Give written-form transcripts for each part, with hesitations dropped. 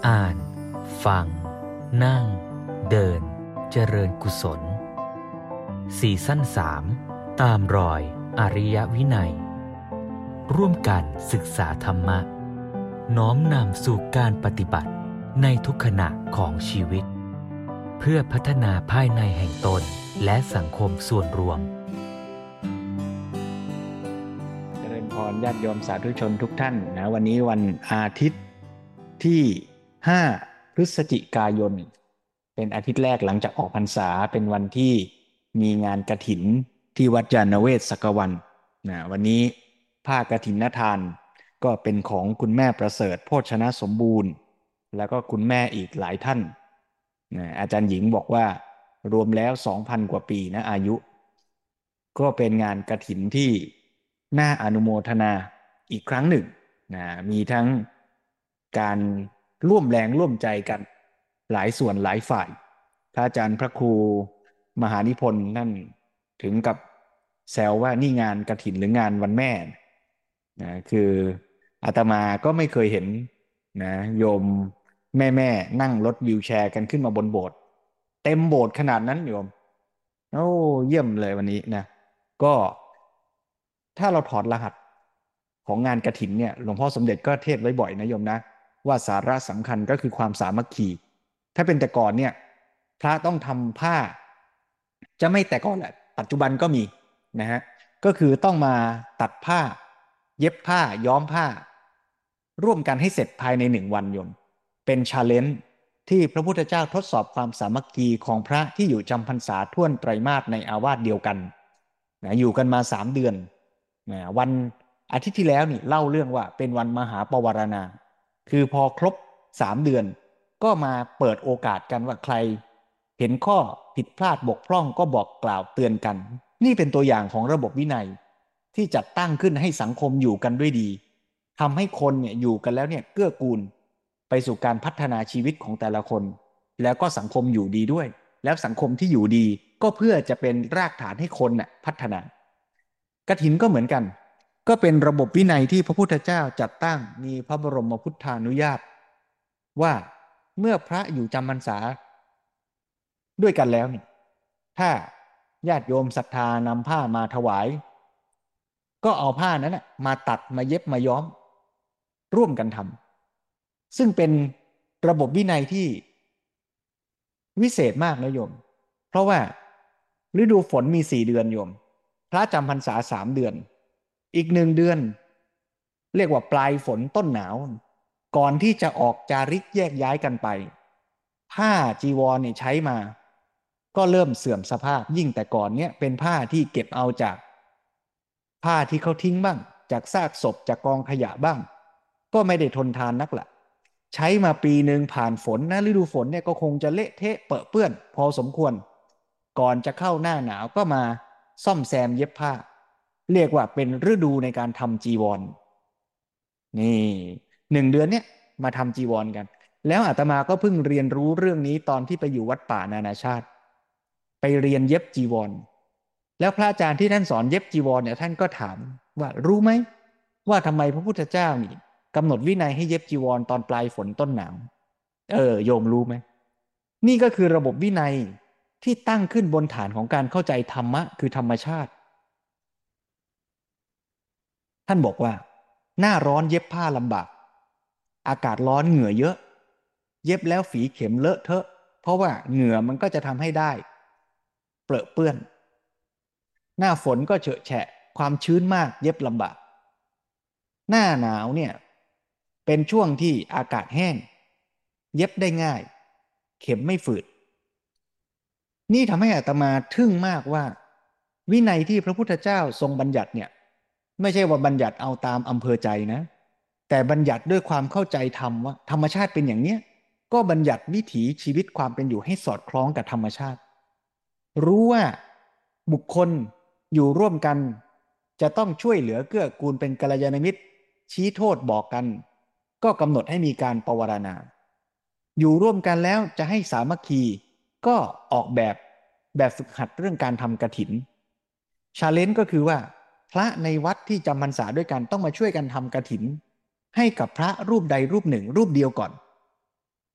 อ่านฟังนั่งเดินเจริญกุศลซีซั่น3ตามรอยอริยวินัยร่วมกันศึกษาธรรมะน้อมนำสู่การปฏิบัติในทุกขณะของชีวิตเพื่อพัฒนาภายในแห่งตนและสังคมส่วนรวมเจริญพรญาติโยมสาธุชนทุกท่านนะวันนี้วันอาทิตย์ที่5พฤศจิกายนเป็นอาทิตย์แรกหลังจากออกพรรษาเป็นวันที่มีงานกฐินที่วัดยานเวศสักวันนะวันนี้ผ้ากฐินทานก็เป็นของคุณแม่ประเสริฐโภชนะสมบูรณ์แล้วก็คุณแม่อีกหลายท่านนะอาจารย์หญิงบอกว่ารวมแล้ว 2,000 กว่าปีนะอายุก็เป็นงานกฐินที่น่าอนุโมทนาอีกครั้งหนึ่งนะมีทั้งการร่วมแรงร่วมใจกันหลายส่วนหลายฝ่ายพระอาจารย์พระครูมหานิพนธ์นั่นถึงกับแซวว่านี่งานกฐินหรืองานวันแม่นะคืออาตมาก็ไม่เคยเห็นนะโยมแม่นั่งรถวีลแชร์กันขึ้นมาบนโบสถ์เต็มโบสถ์ขนาดนั้นโยมโอ้เยี่ยมเลยวันนี้นะก็ถ้าเราถอดรหัสของงานกฐินเนี่ยหลวงพ่อสมเด็จก็เทศน์ไว้บ่อยนะโยมนะว่าสาระสำคัญก็คือความสามัคคีถ้าเป็นแต่ก่อนเนี่ยพระต้องทำผ้าจะไม่แต่ก่อนแหละปัจจุบันก็มีนะฮะก็คือต้องมาตัดผ้าเย็บผ้าย้อมผ้าร่วมกันให้เสร็จภายใน1 วันโยมเป็นชาเลนจ์ที่พระพุทธเจ้าทดสอบความสามัคคีของพระที่อยู่จำพรรษาท่วนไตรมาสในอาวาสเดียวกันนะอยู่กันมา3 เดือนนะวันอาทิตย์ที่แล้วนี่เล่าเรื่องว่าเป็นวันมหาปวารณาคือพอครบ3 เดือนก็มาเปิดโอกาสกันว่าใครเห็นข้อผิดพลาดบกพร่องก็บอกกล่าวเตือนกันนี่เป็นตัวอย่างของระบบวินัยที่จัดตั้งขึ้นให้สังคมอยู่กันด้วยดีทำให้คนเนี่ยอยู่กันแล้วเนี่ยเกื้อกูลไปสู่การพัฒนาชีวิตของแต่ละคนแล้วก็สังคมอยู่ดีด้วยแล้วสังคมที่อยู่ดีก็เพื่อจะเป็นรากฐานให้คนน่ะพัฒนากฐินก็เหมือนกันก็เป็นระบบวินัยที่พระพุทธเจ้าจัดตั้งมีพระบรมพุทธานุญาตว่าเมื่อพระอยู่จำพรรษาด้วยกันแล้วนี่ถ้าญาติโยมศรัทธานำผ้ามาถวายก็เอาผ้านั้นนะมาตัดมาเย็บมาย้อมร่วมกันทำซึ่งเป็นระบบวินัยที่วิเศษมากนะโยมเพราะว่าฤดูฝนมี4 เดือนโยมพระจำพรรษา3 เดือนอีก1 เดือนเรียกว่าปลายฝนต้นหนาวก่อนที่จะออกจาริกแยกย้ายกันไปผ้าจีวรเนี่ยใช้มาก็เริ่มเสื่อมสภาพยิ่งแต่ก่อนเนี่ยเป็นผ้าที่เก็บเอาจากผ้าที่เขาทิ้งบ้างจากซากศพจากกองขยะบ้างก็ไม่ได้ทนทานนักละใช้มาปีหนึ่งผ่านฝนนะฤดูฝนเนี่ยก็คงจะเละเทะเปรอะเปื้อนพอสมควรก่อนจะเข้าหน้าหนาวก็มาซ่อมแซมเย็บผ้าเรียกว่าเป็นฤดูในการทำจีวรนี่1 เดือนเนี่ยมาทำจีวรกันแล้วอาตมาก็เพิ่งเรียนรู้เรื่องนี้ตอนที่ไปอยู่วัดป่านานาชาติไปเรียนเย็บจีวรแล้วพระอาจารย์ที่ท่านสอนเย็บจีวรเนี่ยท่านก็ถามว่ารู้ไหมว่าทำไมพระพุทธเจ้านี่กำหนดวินัยให้เย็บจีวรตอนปลายฝนต้นหนาวโยมรู้ไหมนี่ก็คือระบบวินัยที่ตั้งขึ้นบนฐานของการเข้าใจธรรมะคือธรรมชาติท่านบอกว่าหน้าร้อนเย็บผ้าลำบากอากาศร้อนเหงื่อเยอะเย็บแล้วฝีเข็มเลอะเทอะเพราะว่าเหงื่อมันก็จะทำให้ได้เปรอะเปื้อนหน้าฝนก็เฉอะแฉะความชื้นมากเย็บลำบากหน้าหนาวเนี่ยเป็นช่วงที่อากาศแห้งเย็บได้ง่ายเข็มไม่ฝืด นี่ทำให้อาตมาทึ่งมากว่าวินัยที่พระพุทธเจ้าทรงบัญญัติเนี่ยไม่ใช่ว่าบัญญัติเอาตามอำเภอใจนะแต่บัญญัติด้วยความเข้าใจธรรมว่าธรรมชาติเป็นอย่างเนี้ยก็บัญญัติวิถีชีวิตความเป็นอยู่ให้สอดคล้องกับธรรมชาติรู้ว่าบุคคลอยู่ร่วมกันจะต้องช่วยเหลือเกื้อกูลเป็นกัลยาณมิตรชี้โทษบอกกันก็กำหนดให้มีการปวารณาอยู่ร่วมกันแล้วจะให้สามัคคีก็ออกแบบฝึกหัดเรื่องการทำกฐินชาเลนจ์ก็คือว่าพระในวัดที่จำพรรษาด้วยกันต้องมาช่วยกันทำกฐินให้กับพระรูปใดรูปหนึ่งรูปเดียวก่อน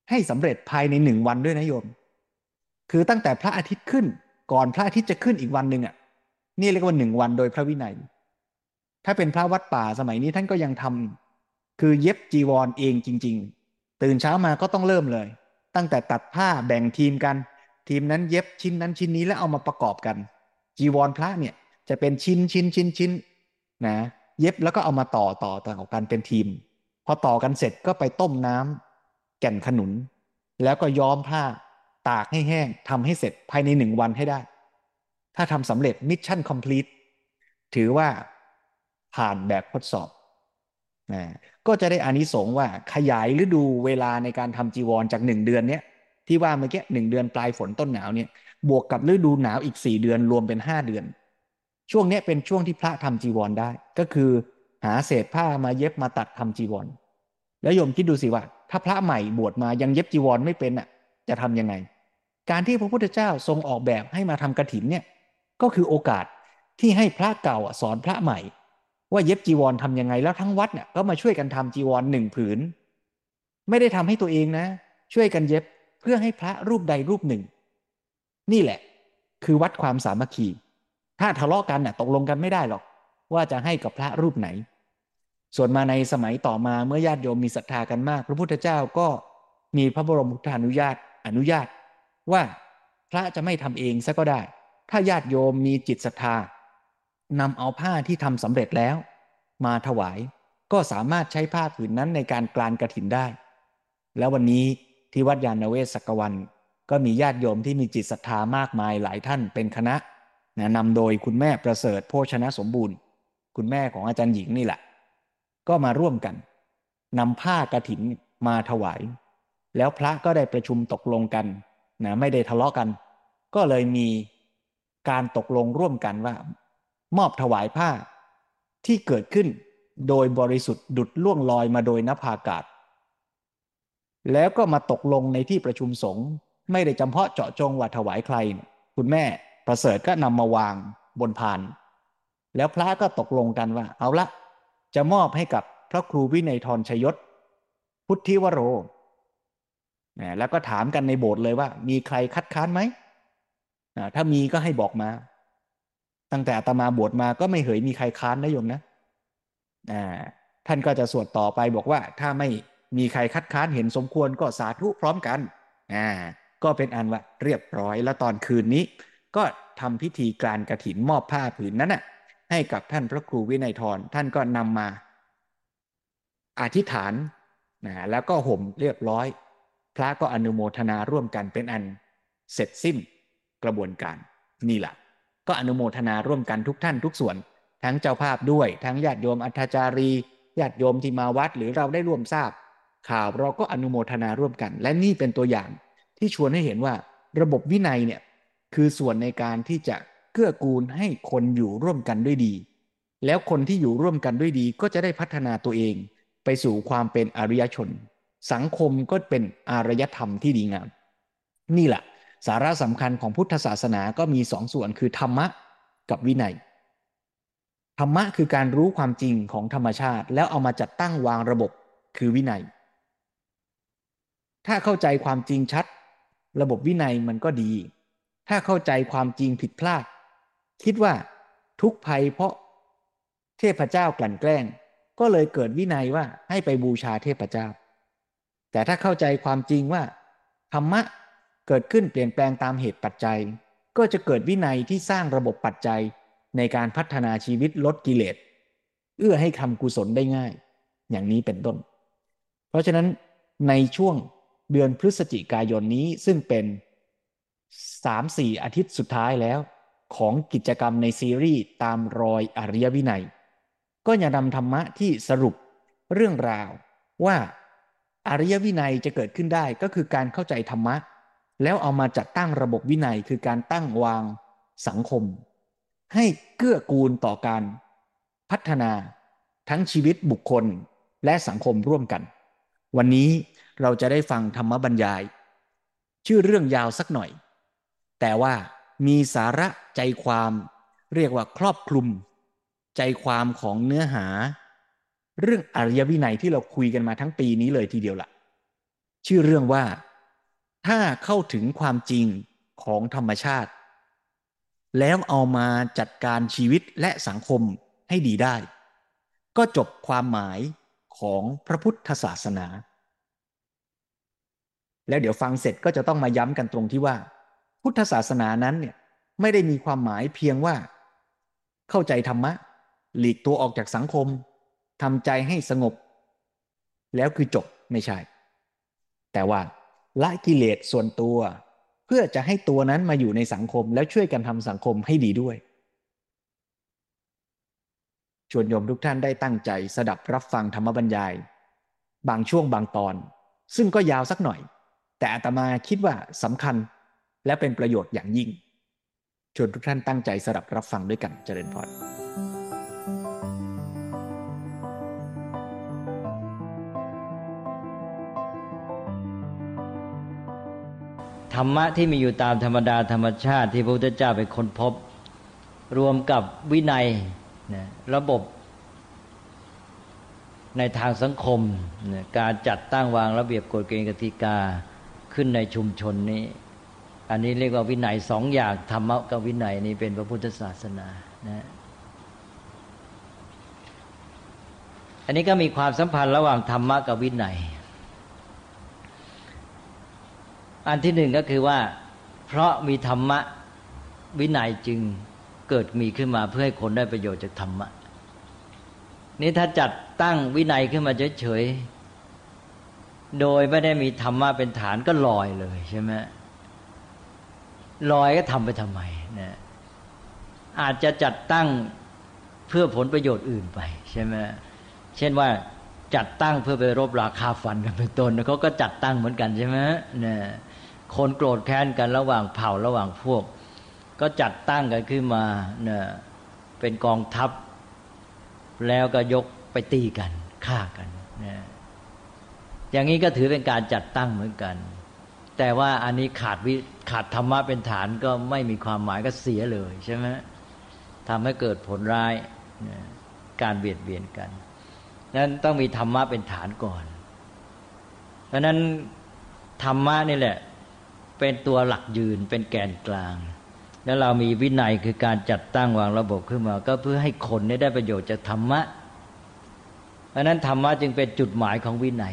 ให้สำเร็จภายใน1 วันด้วยนะโยมคือตั้งแต่พระอาทิตย์ขึ้นก่อนพระอาทิตย์จะขึ้นอีกวันหนึ่งอ่ะนี่เรียกว่า1 วันโดยพระวินัยถ้าเป็นพระวัดป่าสมัยนี้ท่านก็ยังทำคือเย็บจีวรเองจริงๆตื่นเช้ามาก็ต้องเริ่มเลยตั้งแต่ตัดผ้าแบ่งทีมกันทีมนั้นเย็บชิ้นนั้นชิ้นนี้แล้วเอามาประกอบกันจีวรพระเนี่ยจะเป็นชิ้นนะเย็บแล้วก็เอามาต่อกันเป็นทีมพอต่อกันเสร็จก็ไปต้มน้ำแก่นขนุนแล้วก็ย้อมผ้าตากให้แห้งทำให้เสร็จภายใน1 วันให้ได้ถ้าทำสำเร็จมิชชั่นคอมพลีทถือว่าผ่านแบบทดสอบนะก็จะได้อานิสงส์ว่าขยายฤดูเวลาในการทำจีวรจาก1 เดือนเนี้ยที่ว่าเมื่อกี้1 เดือนปลายฝนต้นหนาวเนี่ยบวกกับฤดูหนาวอีก4 เดือนรวมเป็น5 เดือนช่วงนี้เป็นช่วงที่พระทำจีวรได้ก็คือหาเศษผ้ามาเย็บมาตัดทำจีวรแล้วโยมคิดดูสิว่าถ้าพระใหม่บวชมายังเย็บจีวรไม่เป็นอ่ะจะทำยังไงการที่พระพุทธเจ้าทรงออกแบบให้มาทำกฐินเนี่ยก็คือโอกาสที่ให้พระเก่าสอนพระใหม่ว่าเย็บจีวรทำยังไงแล้วทั้งวัดเนี่ยก็มาช่วยกันทำจีวร1 ผืนไม่ได้ทำให้ตัวเองนะช่วยกันเย็บเพื่อให้พระรูปใดรูปหนึ่งนี่แหละคือวัดความสามัคคีถ้าทะเลาะกันน่ะตกลงกันไม่ได้หรอกว่าจะให้กับพระรูปไหนส่วนมาในสมัยต่อมาเมื่อญาติโยมมีศรัทธากันมากพระพุทธเจ้าก็มีพระบรมพุทธานุญาตว่าพระจะไม่ทำเองซะก็ได้ถ้าญาติโยมมีจิตศรัทธานำเอาผ้าที่ทำสำเร็จแล้วมาถวายก็สามารถใช้ผ้าผืนนั้นในการกลานกฐินได้แล้ววันนี้ที่วัดยานเวศกกวันก็มีญาติโยมที่มีจิตศรัทธามากมายหลายท่านเป็นคณะนำโดยคุณแม่ประเสริฐโภชนะสมบูรณ์คุณแม่ของอาจารย์หญิงนี่แหละก็มาร่วมกันนำผ้ากฐินมาถวายแล้วพระก็ได้ประชุมตกลงกันไม่ได้ทะเลาะกันก็เลยมีการตกลงร่วมกันว่ามอบถวายผ้าที่เกิดขึ้นโดยบริสุทธิ์ดุจล่วงลอยมาโดยนภาอากาศแล้วก็มาตกลงในที่ประชุมสงฆ์ไม่ได้จำเพาะเจาะจงว่าถวายใครคุณแม่ประเสริฐก็นำมาวางบนพานแล้วพระก็ตกลงกันว่าเอาละจะมอบให้กับพระครูวินัยทรชยศพุทธิวโรแล้วก็ถามกันในโบสถ์เลยว่ามีใครคัดค้านไหมถ้ามีก็ให้บอกมาตั้งแต่อาตมาบวชมาก็ไม่เคยมีใครค้านนะโยมนะท่านก็จะสวดต่อไปบอกว่าถ้าไม่มีใครคัดค้านเห็นสมควรก็สาธุพร้อมกันก็เป็นอันว่าเรียบร้อยแล้วตอนคืนนี้ก็ทำพิธีกรานกฐินมอบผ้าผืนนั้นให้กับท่านพระครูวินัยทรท่านก็นำมาอธิษฐานแล้วก็ห่มเรียบร้อยพระก็อนุโมทนาร่วมกันเป็นอันเสร็จสิ้นกระบวนการนี่แหละก็อนุโมทนาร่วมกันทุกท่านทุกส่วนทั้งเจ้าภาพด้วยทั้งญาติโยมอัฐจารีญาติโยมที่มาวัดหรือเราได้ร่วมทราบข่าวเราก็อนุโมทนาร่วมกันและนี่เป็นตัวอย่างที่ชวนให้เห็นว่าระบบวินัยเนี่ยคือส่วนในการที่จะเกื้อกูลให้คนอยู่ร่วมกันด้วยดีแล้วคนที่อยู่ร่วมกันด้วยดีก็จะได้พัฒนาตัวเองไปสู่ความเป็นอริยชนสังคมก็เป็นอารยธรรมที่ดีงามนี่แหละสาระสำคัญของพุทธศาสนาก็มี2 ส่วนคือธรรมะกับวินัยธรรมะคือการรู้ความจริงของธรรมชาติแล้วเอามาจัดตั้งวางระบบคือวินัยถ้าเข้าใจความจริงชัดระบบวินัยมันก็ดีถ้าเข้าใจความจริงผิดพลาดคิดว่าทุกภัยเพราะเทพเจ้ากลั่นแกล้งก็เลยเกิดวินัยว่าให้ไปบูชาเทพเจ้าแต่ถ้าเข้าใจความจริงว่าธรรมะเกิดขึ้นเปลี่ยนแปลงตามเหตุปัจจัยก็จะเกิดวินัยที่สร้างระบบปัจจัยในการพัฒนาชีวิตลดกิเลสเอื้อให้ทำกุศลได้ง่ายอย่างนี้เป็นต้นเพราะฉะนั้นในช่วงเดือนพฤศจิกายนนี้ซึ่งเป็น3-4 อาทิตย์สุดท้ายแล้วของกิจกรรมในซีรีส์ตามรอยอริยวินัยก็จะนำธรรมะที่สรุปเรื่องราวว่าอริยวินัยจะเกิดขึ้นได้ก็คือการเข้าใจธรรมะแล้วเอามาจัดตั้งระบบวินัยคือการตั้งวางสังคมให้เกื้อกูลต่อการพัฒนาทั้งชีวิตบุคคลและสังคมร่วมกันวันนี้เราจะได้ฟังธรรมบรรยายชื่อเรื่องยาวสักหน่อยแต่ว่ามีสาระใจความเรียกว่าครอบคลุมใจความของเนื้อหาเรื่องอริยวินัยที่เราคุยกันมาทั้งปีนี้เลยทีเดียวล่ะชื่อเรื่องว่าถ้าเข้าถึงความจริงของธรรมชาติแล้วเอามาจัดการชีวิตและสังคมให้ดีได้ก็จบความหมายของพระพุทธศาสนาแล้วเดี๋ยวฟังเสร็จก็จะต้องมาย้ำกันตรงที่ว่าพุทธศาสนานั้นเนี่ยไม่ได้มีความหมายเพียงว่าเข้าใจธรรมะหลีกตัวออกจากสังคมทำใจให้สงบแล้วคือจบไม่ใช่แต่ว่าละกิเลสส่วนตัวเพื่อจะให้ตัวนั้นมาอยู่ในสังคมแล้วช่วยกันทำสังคมให้ดีด้วยชวนโยมทุกท่านได้ตั้งใจสดับรับฟังธรรมบรรยายบางช่วงบางตอนซึ่งก็ยาวสักหน่อยแต่อาตมาคิดว่าสำคัญและเป็นประโยชน์อย่างยิ่งชวนทุกท่านตั้งใจสดับรับฟังด้วยกันเจริญพรธรรมะที่มีอยู่ตามธรรมดาธรรมชาติที่พระพุทธเจ้าไปค้นพบรวมกับวินัยระบบในทางสังคมการจัดตั้งวางระเบียบกฎเกณฑ์กติกาขึ้นในชุมชนนี้อันนี้เรียกว่าวินัยสองอย่างธรรมะกับวินัยนี้เป็นพระพุทธศาสนานะอันนี้ก็มีความสัมพันธ์ระหว่างธรรมะกับวินัยอันที่หนึ่งก็คือว่าเพราะมีธรรมะวินัยจึงเกิดมีขึ้นมาเพื่อให้คนได้ประโยชน์จากธรรมะนี่ถ้าจัดตั้งวินัยขึ้นมาเฉยๆโดยไม่ได้มีธรรมะเป็นฐานก็ลอยเลยใช่ไหมลอยก็ทำไปทำไมนะอาจจะจัดตั้งเพื่อผลประโยชน์อื่นไปใช่ไหมเช่นว่าจัดตั้งเพื่อไปรบราคาฟันกันเป็นต้นเขาก็จัดตั้งเหมือนกันใช่ไหมเนี่ยคนโกรธแค้นกันระหว่างเผ่าระหว่างพวกก็จัดตั้งกันขึ้นมาเนี่ยเป็นกองทัพแล้วก็ยกไปตีกันฆ่ากันเนี่ยอย่างนี้ก็ถือเป็นการจัดตั้งเหมือนกันแต่ว่าอันนี้ขาดธรรมะเป็นฐานก็ไม่มีความหมายก็เสียเลยใช่ไหมทำให้เกิดผลร้ายการเบียดเบียนกันนั้นต้องมีธรรมะเป็นฐานก่อนเพราะนั้นธรรมะนี่แหละเป็นตัวหลักยืนเป็นแกนกลางแล้วเรามีวินัยคือการจัดตั้งวางระบบขึ้นมาก็เพื่อให้คนได้ประโยชน์จากธรรมะเพราะนั้นธรรมะจึงเป็นจุดหมายของวินัย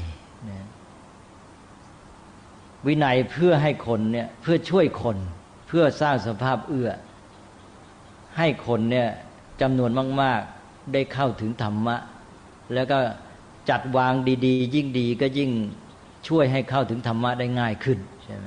วินัยเพื่อให้คนเนี่ยเพื่อช่วยคนเพื่อสร้างสภาพเอื้อให้คนเนี่ยจำนวนมากๆได้เข้าถึงธรรมะแล้วก็จัดวางดีๆยิ่งดีก็ยิ่งช่วยให้เข้าถึงธรรมะได้ง่ายขึ้นใช่ไหม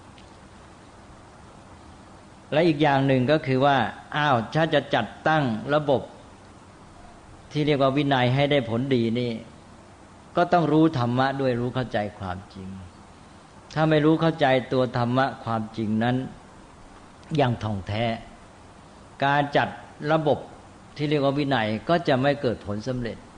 และอีกอย่างหนึ่งก็คือว่าถ้าจะจัดตั้งระบบที่เรียกว่าวินัยให้ได้ผลดีนี่ก็ต้องรู้ธรรมะด้วยรู้เข้าใจความจริงถ้าไม่รู้เข้าใจตัวธรรมะความจริงนั้นอย่างท่องแท้การจัดระบบที่เรียกว่าวินัยก็จะไม่เกิดผลสำเร็จ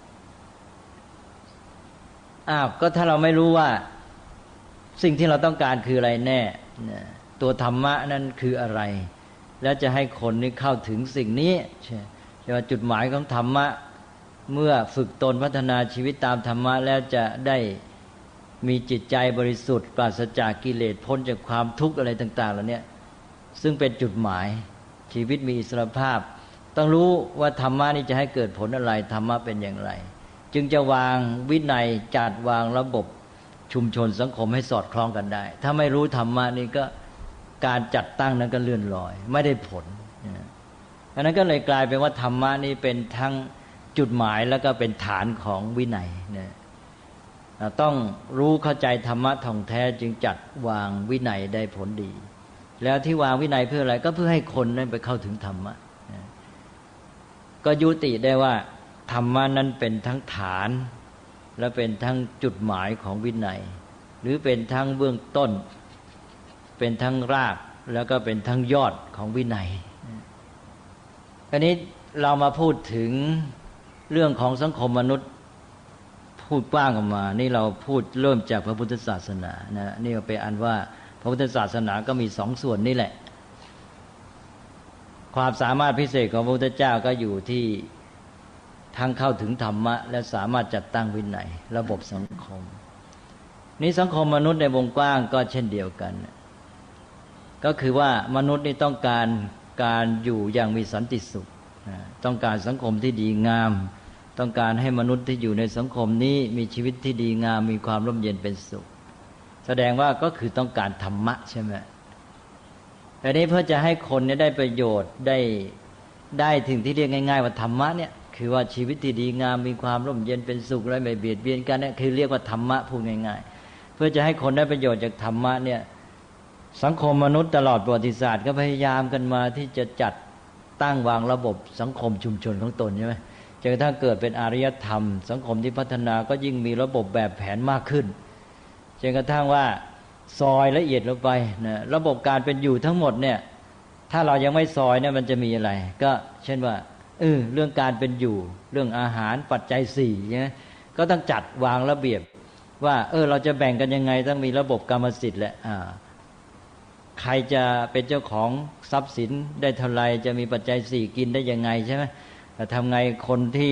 ก็ถ้าเราไม่รู้ว่าสิ่งที่เราต้องการคืออะไรแน่ตัวธรรมะนั้นคืออะไรแล้วจะให้คนนี้เข้าถึงสิ่งนี้ใช่ว่าจุดหมายของธรรมะเมื่อฝึกตนพัฒนาชีวิตตามธรรมะแล้วจะได้มีจิตใจบริสุทธิ์ปราศจากกิเลสพ้นจากความทุกข์อะไรต่างๆเหล่านี้ซึ่งเป็นจุดหมายชีวิตมีอิสรภาพต้องรู้ว่าธรรมะนี้จะให้เกิดผลอะไรธรรมะเป็นอย่างไรจึงจะวางวินัยจัดวางระบบชุมชนสังคมให้สอดคล้องกันได้ถ้าไม่รู้ธรรมะนี่ก็การจัดตั้งนั้นก็เลื่อนลอยไม่ได้ผลอันนั้นก็เลยกลายเป็นว่าธรรมะนี่เป็นทั้งจุดหมายแล้วก็เป็นฐานของวินัยนะต้องรู้เข้าใจธรรมะท่องแท้จึงจัดวางวินัยได้ผลดีแล้วที่วางวินัยเพื่ออะไรก็เพื่อให้คนนั้นไปเข้าถึงธรรมะก็ยุติได้ว่าธรรมะนั้นเป็นทั้งฐานและเป็นทั้งจุดหมายของวินัยหรือเป็นทั้งเบื้องต้นเป็นทั้งรากแล้วก็เป็นทั้งยอดของวินัยอันนี้เรามาพูดถึงเรื่องของสังคมมนุษย์พูดกว้างออกมานี่เราพูดเริ่มจากพระพุทธศาสนานะนี่ก็เป็นอันว่าพระพุทธศาสนาก็มีสองส่วนนี่แหละความสามารถพิเศษของพระพุทธเจ้าก็อยู่ที่ทั้งเข้าถึงธรรมะและสามารถจัดตั้งวินัยระบบสังคมนี้สังคมมนุษย์ในวงกว้างก็เช่นเดียวกันก็คือว่ามนุษย์นี่ต้องการอยู่อย่างมีสันติสุขต้องการสังคมที่ดีงามต้องการให้มนุษย์ที่อยู่ในสังคมนี้มีชีวิตที่ดีงามมีความร่มเย็นเป็นสุขแสดงว่าก็คือต้องการธรรมะใช่ไหมแต่นี้เพื่อจะให้คนเนี่ยได้ประโยชน์ได้ถึงที่เรียกง่ายๆว่าธรรมะเนี่ยคือว่าชีวิตที่ดีงามมีความร่มเย็นเป็นสุขและไม่เบียดเบียนกันเนี่ยคือเรียกว่าธรรมะพูดง่ายๆเพื่อจะให้คนได้ประโยชน์จากธรรมะเนี่ยสังคมมนุษย์ตลอดประวัติศาสตร์ก็พยายามกันมาที่จะจัดตั้งวางระบบสังคมชุมชนของตนใช่ไหมจนกระทั่งเกิดเป็นอารยธรรมสังคมที่พัฒนาก็ยิ่งมีระบบแบบแผนมากขึ้นจนกระทั่งว่าซอยละเอียดลงไปนะระบบการเป็นอยู่ทั้งหมดเนี่ยถ้าเรายังไม่ซอยเนี่ยมันจะมีอะไรก็เช่นว่าเรื่องการเป็นอยู่เรื่องอาหารปัจจัย4เนี่ยก็ต้องจัดวางระเบียบว่าเราจะแบ่งกันยังไงต้องมีระบบกรรมสิทธิ์แหละใครจะเป็นเจ้าของทรัพย์สินได้เท่าไรจะมีปัจจัย4กินได้ยังไงใช่ไหมทำไงคนที่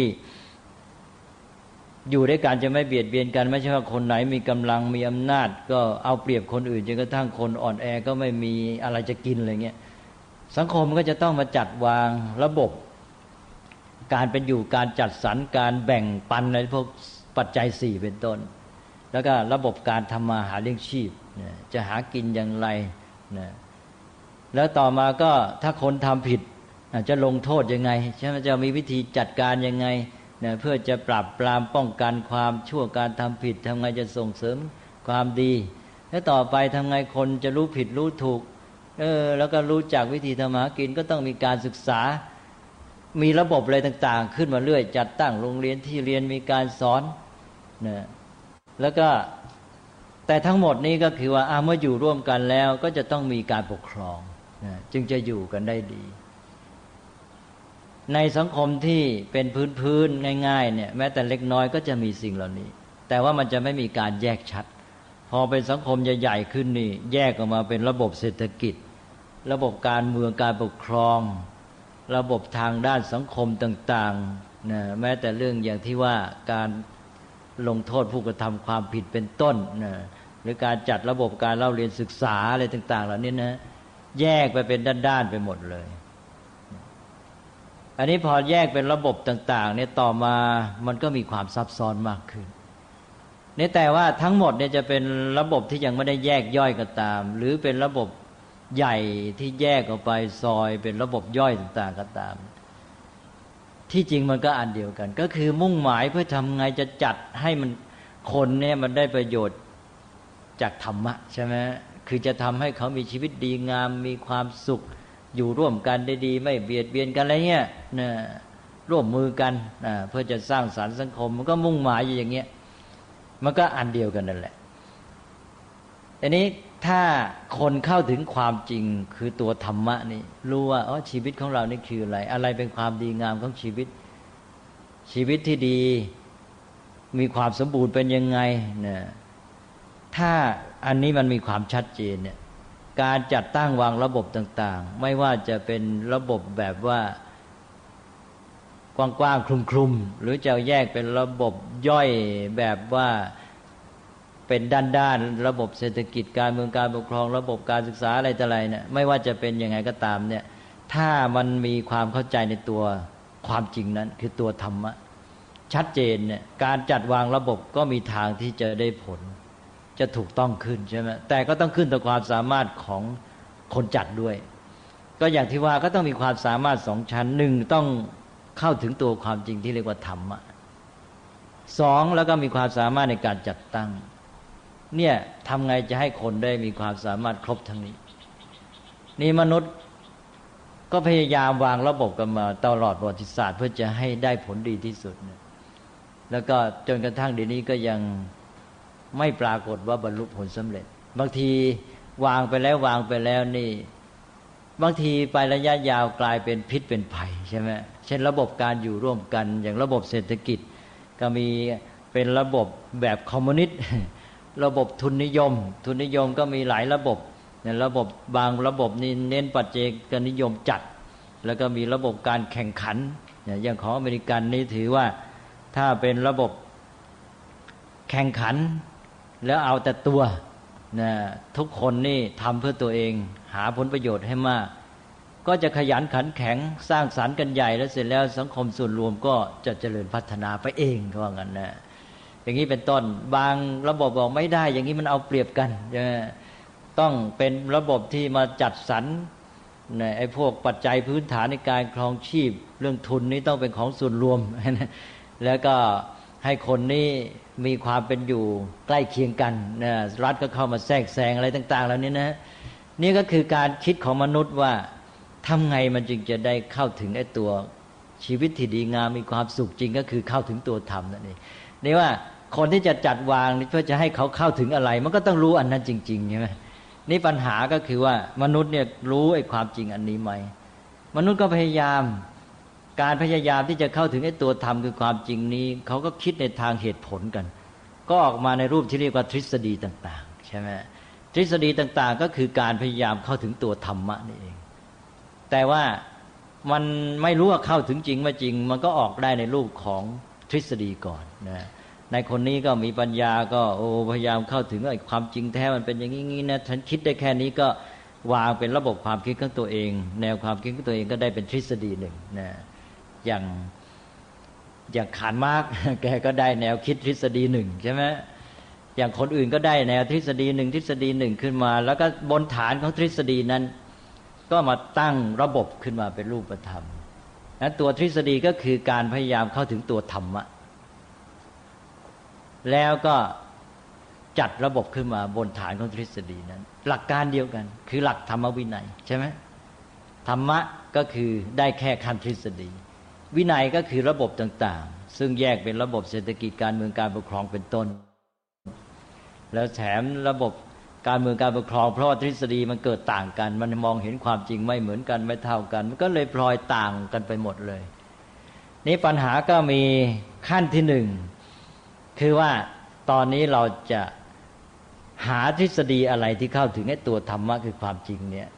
อยู่ด้วยกันจะไม่เบียดเบียนกันไม่ใช่ว่าคนไหนมีกำลังมีอำนาจก็เอาเปรียบคนอื่นจนกระทั่งคนอ่อนแอก็ไม่มีอะไรจะกินอะไรเงี้ยสังคมก็จะต้องมาจัดวางระบบการเป็นอยู่การจัดสรรการแบ่งปันในพวกปัจจัย4เป็นต้นแล้วก็ระบบการทำมาหาเลี้ยงชีพจะหากินอย่างไรแล้วต่อมาก็ถ้าคนทำผิดจะลงโทษยังไงใช่ไหมจะมีวิธีจัดการยังไงเพื่อจะปราบปรามป้องกันความชั่วการทำผิดทำไงจะส่งเสริมความดีแล้วต่อไปทำไงคนจะรู้ผิดรู้ถูกแล้วก็รู้จักวิธีทำมาหากินก็ต้องมีการศึกษามีระบบอะไรต่างๆขึ้นมาเรื่อยจัดตั้งโรงเรียนที่เรียนมีการสอนแล้วก็แต่ทั้งหมดนี้ก็คือว่าเมื่ออยู่ร่วมกันแล้วก็จะต้องมีการปกครองจึงจะอยู่กันได้ดีในสังคมที่เป็นพื้นๆง่ายๆเนี่ยแม้แต่เล็กน้อยก็จะมีสิ่งเหล่านี้แต่ว่ามันจะไม่มีการแยกชัดพอเป็นสังคมใหญ่ๆขึ้นนี่แยกออกมาเป็นระบบเศรษฐกิจระบบการเมืองการปกครองระบบทางด้านสังคมต่างๆนะแม้แต่เรื่องอย่างที่ว่าการลงโทษผู้กระทำความผิดเป็นต้นนะหรือการจัดระบบการเล่าเรียนศึกษาอะไรต่างๆเหล่านี้นะแยกไปเป็นด้านๆไปหมดเลยอันนี้พอแยกเป็นระบบต่างๆเนี่ยต่อมามันก็มีความซับซ้อนมากขึ้นนี่แต่ว่าทั้งหมดเนี่ยจะเป็นระบบที่ยังไม่ได้แยกย่อยก็ตามหรือเป็นระบบใหญ่ที่แยกออกไปซอยเป็นระบบย่อยต่างๆก็ตามที่จริงมันก็อันเดียวกันก็คือมุ่งหมายเพื่อทำไงจะจัดให้มันคนเนี่ยมันได้ประโยชน์จากธรรมะใช่ไหมคือจะทำให้เขามีชีวิตดีงามมีความสุขอยู่ร่วมกันได้ดีไม่เบียดเบียนกันอะไรเงี้ยนะร่วมมือกันเพื่อจะสร้างสรรค์สังคมมันก็มุ่งหมายอยู่อย่างเงี้ยมันก็อันเดียวกันนั่นแหละอันนี้ถ้าคนเข้าถึงความจริงคือตัวธรรมะนี่รู้ว่าชีวิตของเรานี่คืออะไรเป็นความดีงามของชีวิตที่ดีมีความสมบูรณ์เป็นยังไงนะถ้าอันนี้มันมีความชัดเจนเนี่ยการจัดตั้งวางระบบต่างๆไม่ว่าจะเป็นระบบแบบว่ากว้างๆคลุมๆหรือจะแยกเป็นระบบย่อยแบบว่าเป็นด้านๆระบบเศรษฐกิจการเมืองการปกครองระบบการศึกษาอะไรต่ออะไรเนี่ยไม่ว่าจะเป็นยังไงก็ตามเนี่ยถ้ามันมีความเข้าใจในตัวความจริงนั้นคือตัวธรรมะชัดเจนเนี่ยการจัดวางระบบก็มีทางที่จะได้ผลจะถูกต้องขึ้นใช่ไหมแต่ก็ต้องขึ้นต่อความสามารถของคนจัดด้วยก็อย่างที่ว่าก็ต้องมีความสามารถ2ชั้น1ต้องเข้าถึงตัวความจริงที่เรียกว่าธรรมะ2แล้วก็มีความสามารถในการจัดตั้งเนี่ยทำไงจะให้คนได้มีความสามารถครบทั้งนี้นี่มนุษย์ก็พยายามวางระบบกันมาตลอดประวัติศาสตร์เพื่อจะให้ได้ผลดีที่สุดแล้วก็จนกระทั่งเดี๋ยวนี้ก็ยังไม่ปรากฏว่าบรรลุผลสำเร็จบางทีวางไปแล้วนี่บางทีไประยะยาวกลายเป็นพิษเป็นภัยใช่ไหมเช่นระบบการอยู่ร่วมกันอย่างระบบเศรษฐกิจก็มีเป็นระบบแบบคอมมิวนิสต์ระบบทุนนิยมก็มีหลายระบบบางระบบนี่เน้นปัจเจกนิยมจัดแล้วก็มีระบบการแข่งขันอย่างของอเมริกันนี่ถือว่าถ้าเป็นระบบแข่งขันแล้วเอาแต่ตัวนะทุกคนนี่ทำเพื่อตัวเองหาผลประโยชน์ให้มากก็จะขยันขันแข็งสร้างสรรค์กันใหญ่แล้วเสร็จแล้วสังคมส่วนรวมก็จะเจริญพัฒนาไปเองก็ว่างั้นนะอย่างนี้เป็นต้นบางระบบบอกไม่ได้อย่างนี้มันเอาเปรียบกันต้องเป็นระบบที่มาจัดสรรไอ้พวกปัจจัยพื้นฐานในการครองชีพเรื่องทุนนี้ต้องเป็นของส่วนรวมแล้วก็ให้คนนี้มีความเป็นอยู่ใกล้เคียงกันนะรัฐก็เข้ามาแทรกแซงอะไรต่างๆแล้วนี่นะนี่ก็คือการคิดของมนุษย์ว่าทำไงมันจึงจะได้เข้าถึงไอ้ตัวชีวิตที่ดีงามมีความสุขจริงก็คือเข้าถึงตัวธรรมนั่นเองนี่ว่าคนที่จะจัดวางเพื่อจะให้เขาเข้าถึงอะไรมันก็ต้องรู้อันนั้นจริงๆใช่ไหมนี่ปัญหาก็คือว่ามนุษย์เนี่ยรู้ไอ้ความจริงอันนี้ไหมมนุษย์ก็พยายามการพยายามที่จะเข้าถึงไอ้ตัวธรรมคือความจริงนี้เขาก็คิดในทางเหตุผลกันก็ออกมาในรูปที่เรียกว่าทฤษฎีต่างๆใช่ไหมทฤษฎีต่างๆก็คือการพยายามเข้าถึงตัวธรรมะนี่เองแต่ว่ามันไม่รู้ว่าเข้าถึงจริงไม่จริงมันก็ออกได้ในรูปของทฤษฎีก่อนนะในคนนี้ก็มีปัญญาก็พยายามเข้าถึงไอ้ความจริงแท้มันเป็นอย่างนี้นะฉันคิดได้แค่นี้ก็วางเป็นระบบความคิดของตัวเองแนวความคิดของตัวเองก็ได้เป็นทฤษฎีหนึ่งนะอย่างคาร์ลมาร์กซ์แกก็ได้แนวคิดทฤษฎีหนึ่งใช่ไหมอย่างคนอื่นก็ได้แนวทฤษฎีหนึ่งทฤษฎีหนึ่งขึ้นมาแล้วก็บนฐานของทฤษฎีนั้นก็มาตั้งระบบขึ้นมาเป็นรูปธรรมนะตัวทฤษฎีก็คือการพยายามเข้าถึงตัวธรรมะแล้วก็จัดระบบขึ้นมาบนฐานของทฤษฎีนั้นหลักการเดียวกันคือหลักธรรมวินัยใช่ไหมธรรมะก็คือได้แค่ขั้นทฤษฎีวินัยก็คือระบบต่างๆซึ่งแยกเป็นระบบเศรษฐกิจการเมืองการปกครองเป็นต้นแล้วแถมระบบการเมืองการปกครองเพราะว่าทฤษฎีมันเกิดต่างกันมันมองเห็นความจริงไม่เหมือนกันไม่เท่ากันมันก็เลยพลอยต่างกันไปหมดเลยนี่ปัญหาก็มีขั้นที่หนึ่งคือว่าตอนนี้เราจะหาทฤษฎีอะไรที่เข้าถึงไอ้ตัวธรรมะคือความจริงเนี่ย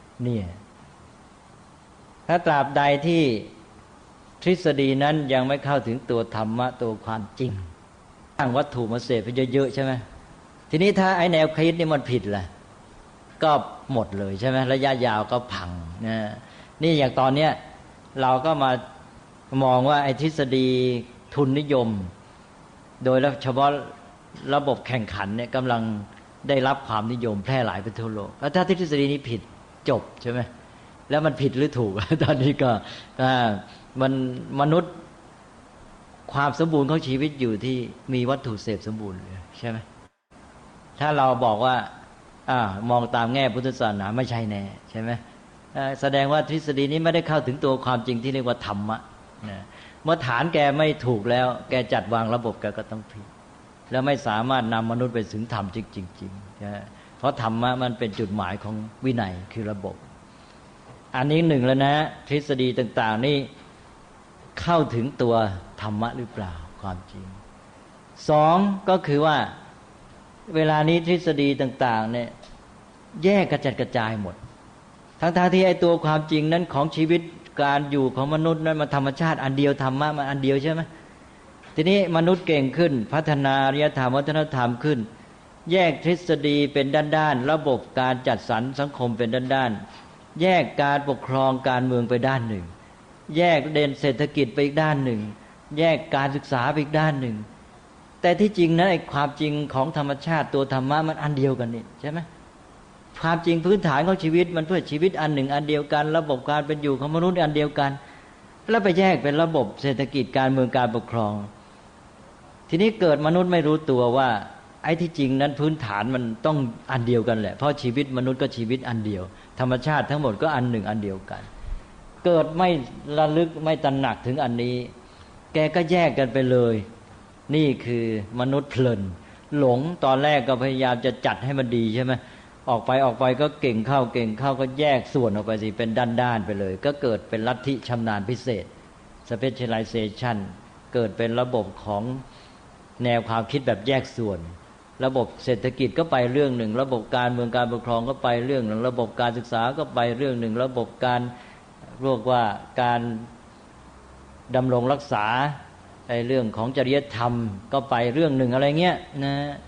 ถ้าตราบใดที่ทฤษฎีนั้นยังไม่เข้าถึงตัวธรรมะตัวความจริงตั้งวัตถุมาเสพเยอะๆใช่ไหมทีนี้ถ้าไอ้แนวคิดนี่มันผิดล่ะก็หมดเลยใช่ไหมระยะยาวก็พังนะนี่อย่างตอนเนี้ยเราก็มามองว่าไอ้ทฤษฎีทุนนิยมโดยเฉพาะระบบแข่งขันเนี่ยกำลังได้รับความนิยมแพร่หลายไปทั่วโลกแล้วถ้าทฤษฎีนี้ผิดจบใช่ไหมแล้วมันผิดหรือถูก ตอนนี้ก็มันมนุษย์ความสมบูรณ์ของชีวิตอยู่ที่มีวัตถุเสพสมบูรณ์ใช่ไหมถ้าเราบอกว่ามองตามแง่พุทธศาสนาไม่ใช่แน่ใช่ไหมแสดงว่าทฤษฎีนี้ไม่ได้เข้าถึงตัวความจริงที่เรียกว่าธรรมะเมื่อฐานแกไม่ถูกแล้วแกจัดวางระบบแกก็ต้องผิดแล้วไม่สามารถนำมนุษย์ไปถึงธรรมจริงๆเพราะธรรมะมันเป็นจุดหมายของวินัยคือระบบอันนี้หนึ่งแล้วนะทฤษฎีต่างๆนี่เข้าถึงตัวธรรมะหรือเปล่าความจริงสองก็คือว่าเวลานี้ทฤษฎีต่างๆเนี่ยแยกกระจัดกระจายหมดทั้งที่ไอ้ตัวความจริงนั้นของชีวิตการอยู่ของมนุษย์นั้นมันธรรมชาติอันเดียวธรรมะมันอันเดียวใช่ไหมทีนี้มนุษย์เก่งขึ้นพัฒนาอารยธรรมวัฒนธรรมขึ้นแยกทฤษฎีเป็นด้านๆระบบการจัดสรรสังคมเป็นด้านๆแยกการปกครองการเมืองไปด้านหนึ่งแยกเด่นเศรษฐกิจไปอีกด้านหนึ่งแยกการศึกษาไปอีกด้านหนึ่งแต่ที่จริงนะไอ้ความจริงของธรรมชาติตัวธรรมะมันอันเดียวกันนี่ใช่ไหมความจริงพื้นฐานของชีวิตมันเพื่อชีวิตอันหนึ่งอันเดียวกันระบบการเป็นอยู่ของมนุษย์อันเดียวกันแล้วไปแยกเป็นระบบเศรษฐกิจการเมืองการปกครองทีนี้เกิดมนุษย์ไม่รู้ตัวว่าไอ้ที่จริงนั้นพื้นฐานมันต้องอันเดียวกันแหละเพราะชีวิตมนุษย์ก็ชีวิตอันเดียวธรรมชาติทั้งหมดก็อันหนึ่งอันเดียวกันเกิดไม่ระลึกไม่ตระหนักถึงอันนี้แกก็แยกกันไปเลยนี่คือมนุษย์เพลินหลงตอนแรกก็พยายามจะจัดให้มันดีใช่ไหมออกไปก็เก่งเข้าก็แยกส่วนออกไปสิเป็นด้านๆไปเลยก็เกิดเป็นลัทธิชำนาญพิเศษ specialization เกิดเป็นระบบของแนวความคิดแบบแยกส่วนระบบเศรษฐกิจก็ไปเรื่องหนึ่งระบบการเมืองการปกครองก็ไปเรื่องหนึ่งระบบการศึกษาก็ไปเรื่องหนึ่งระบบการเรียกว่าการดำรงรักษาในเรื่องของจริยธรรมก็ไปเรื่องหนึ่งอะไรเงี้ยนะ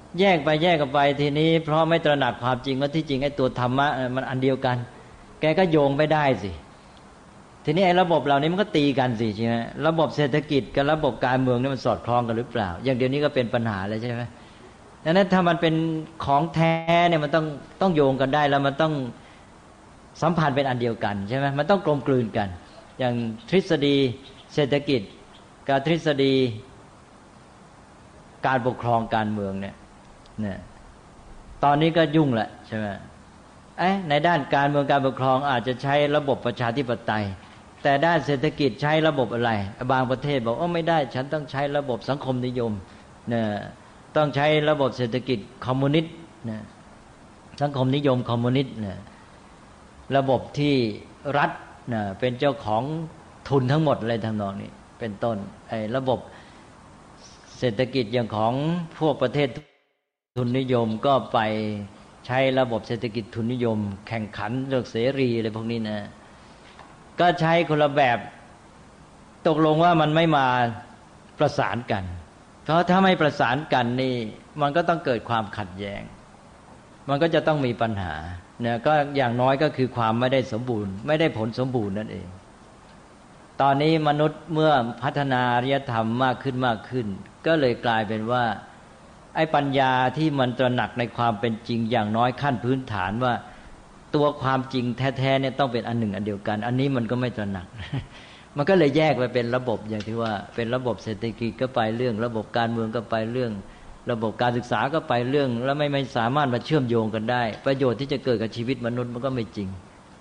แยกไปแยกกันไปทีนี้เพราะไม่ตระหนักความจริงว่าที่จริงไอ้ตัวธรรมะมันอันเดียวกันแกก็โยงไม่ได้สิทีนี้ไอ้ระบบเหล่านี้มันก็ตีกันสิใช่ไหมระบบเศรษฐกิจกับระบบการเมืองนี่มันสอดคล้องกันหรือเปล่าอย่างเดียวนี้ก็เป็นปัญหาเลยใช่ไหมดังนั้นถ้ามันเป็นของแท้เนี่ยมันต้องโยงกันได้แล้วมันต้องสัมพันธ์เป็นอันเดียวกันใช่ไหมมันต้องกลมกลืนกันอย่างทฤษฎีเศรษฐกิจกับทฤษฎีการปกครองการเมืองเนี่ยตอนนี้ก็ยุ่งแหละใช่ไหมในด้านการเมืองการปกครองอาจจะใช้ระบบประชาธิปไตยแต่ด้านเศรษฐกิจใช้ระบบอะไรบางประเทศบอกไม่ได้ฉันต้องใช้ระบบสังคมนิยมต้องใช้ระบบเศรษฐกิจคอมมิวนิสต์สังคมนิยมคอมมิวนิสต์ระบบที่รัฐเป็นเจ้าของทุนทั้งหมดอะไรทำนองนี้เป็นต้นระบบเศรษฐกิจอย่างของพวกประเทศทุนนิยมก็ไปใช้ระบบเศรษฐกิจทุนนิยมแข่งขันเลือกเสรีอะไรพวกนี้นะก็ใช้คนละแบบตกลงว่ามันไม่มาประสานกันเพราะถ้าไม่ประสานกันนี่มันก็ต้องเกิดความขัดแย้งมันก็จะต้องมีปัญหาเนี่ยก็อย่างน้อยก็คือความไม่ได้สมบูรณ์ไม่ได้ผลสมบูรณ์นั่นเองตอนนี้มนุษย์เมื่อพัฒนาอารยธรรมมากขึ้นก็เลยกลายเป็นว่าไอ้ปัญญาที่มันตระหนักในความเป็นจริงอย่างน้อยขั้นพื้นฐานว่าตัวความจริงแท้ๆเนี่ยต้องเป็นอันหนึ่งอันเดียวกันอันนี้มันก็ไม่ตระหนัก มันก็เลยแยกไปเป็นระบบอย่างที่ว่าเป็นระบบเศรษฐกิจก็ไปเรื่องระบบการเมืองก็ไปเรื่องระบบการศึกษาก็ไปเรื่องแล้วไม่สามารถมาเชื่อมโยงกันได้ประโยชน์ที่จะเกิดกับชีวิตมนุษย์มันก็ไม่จริง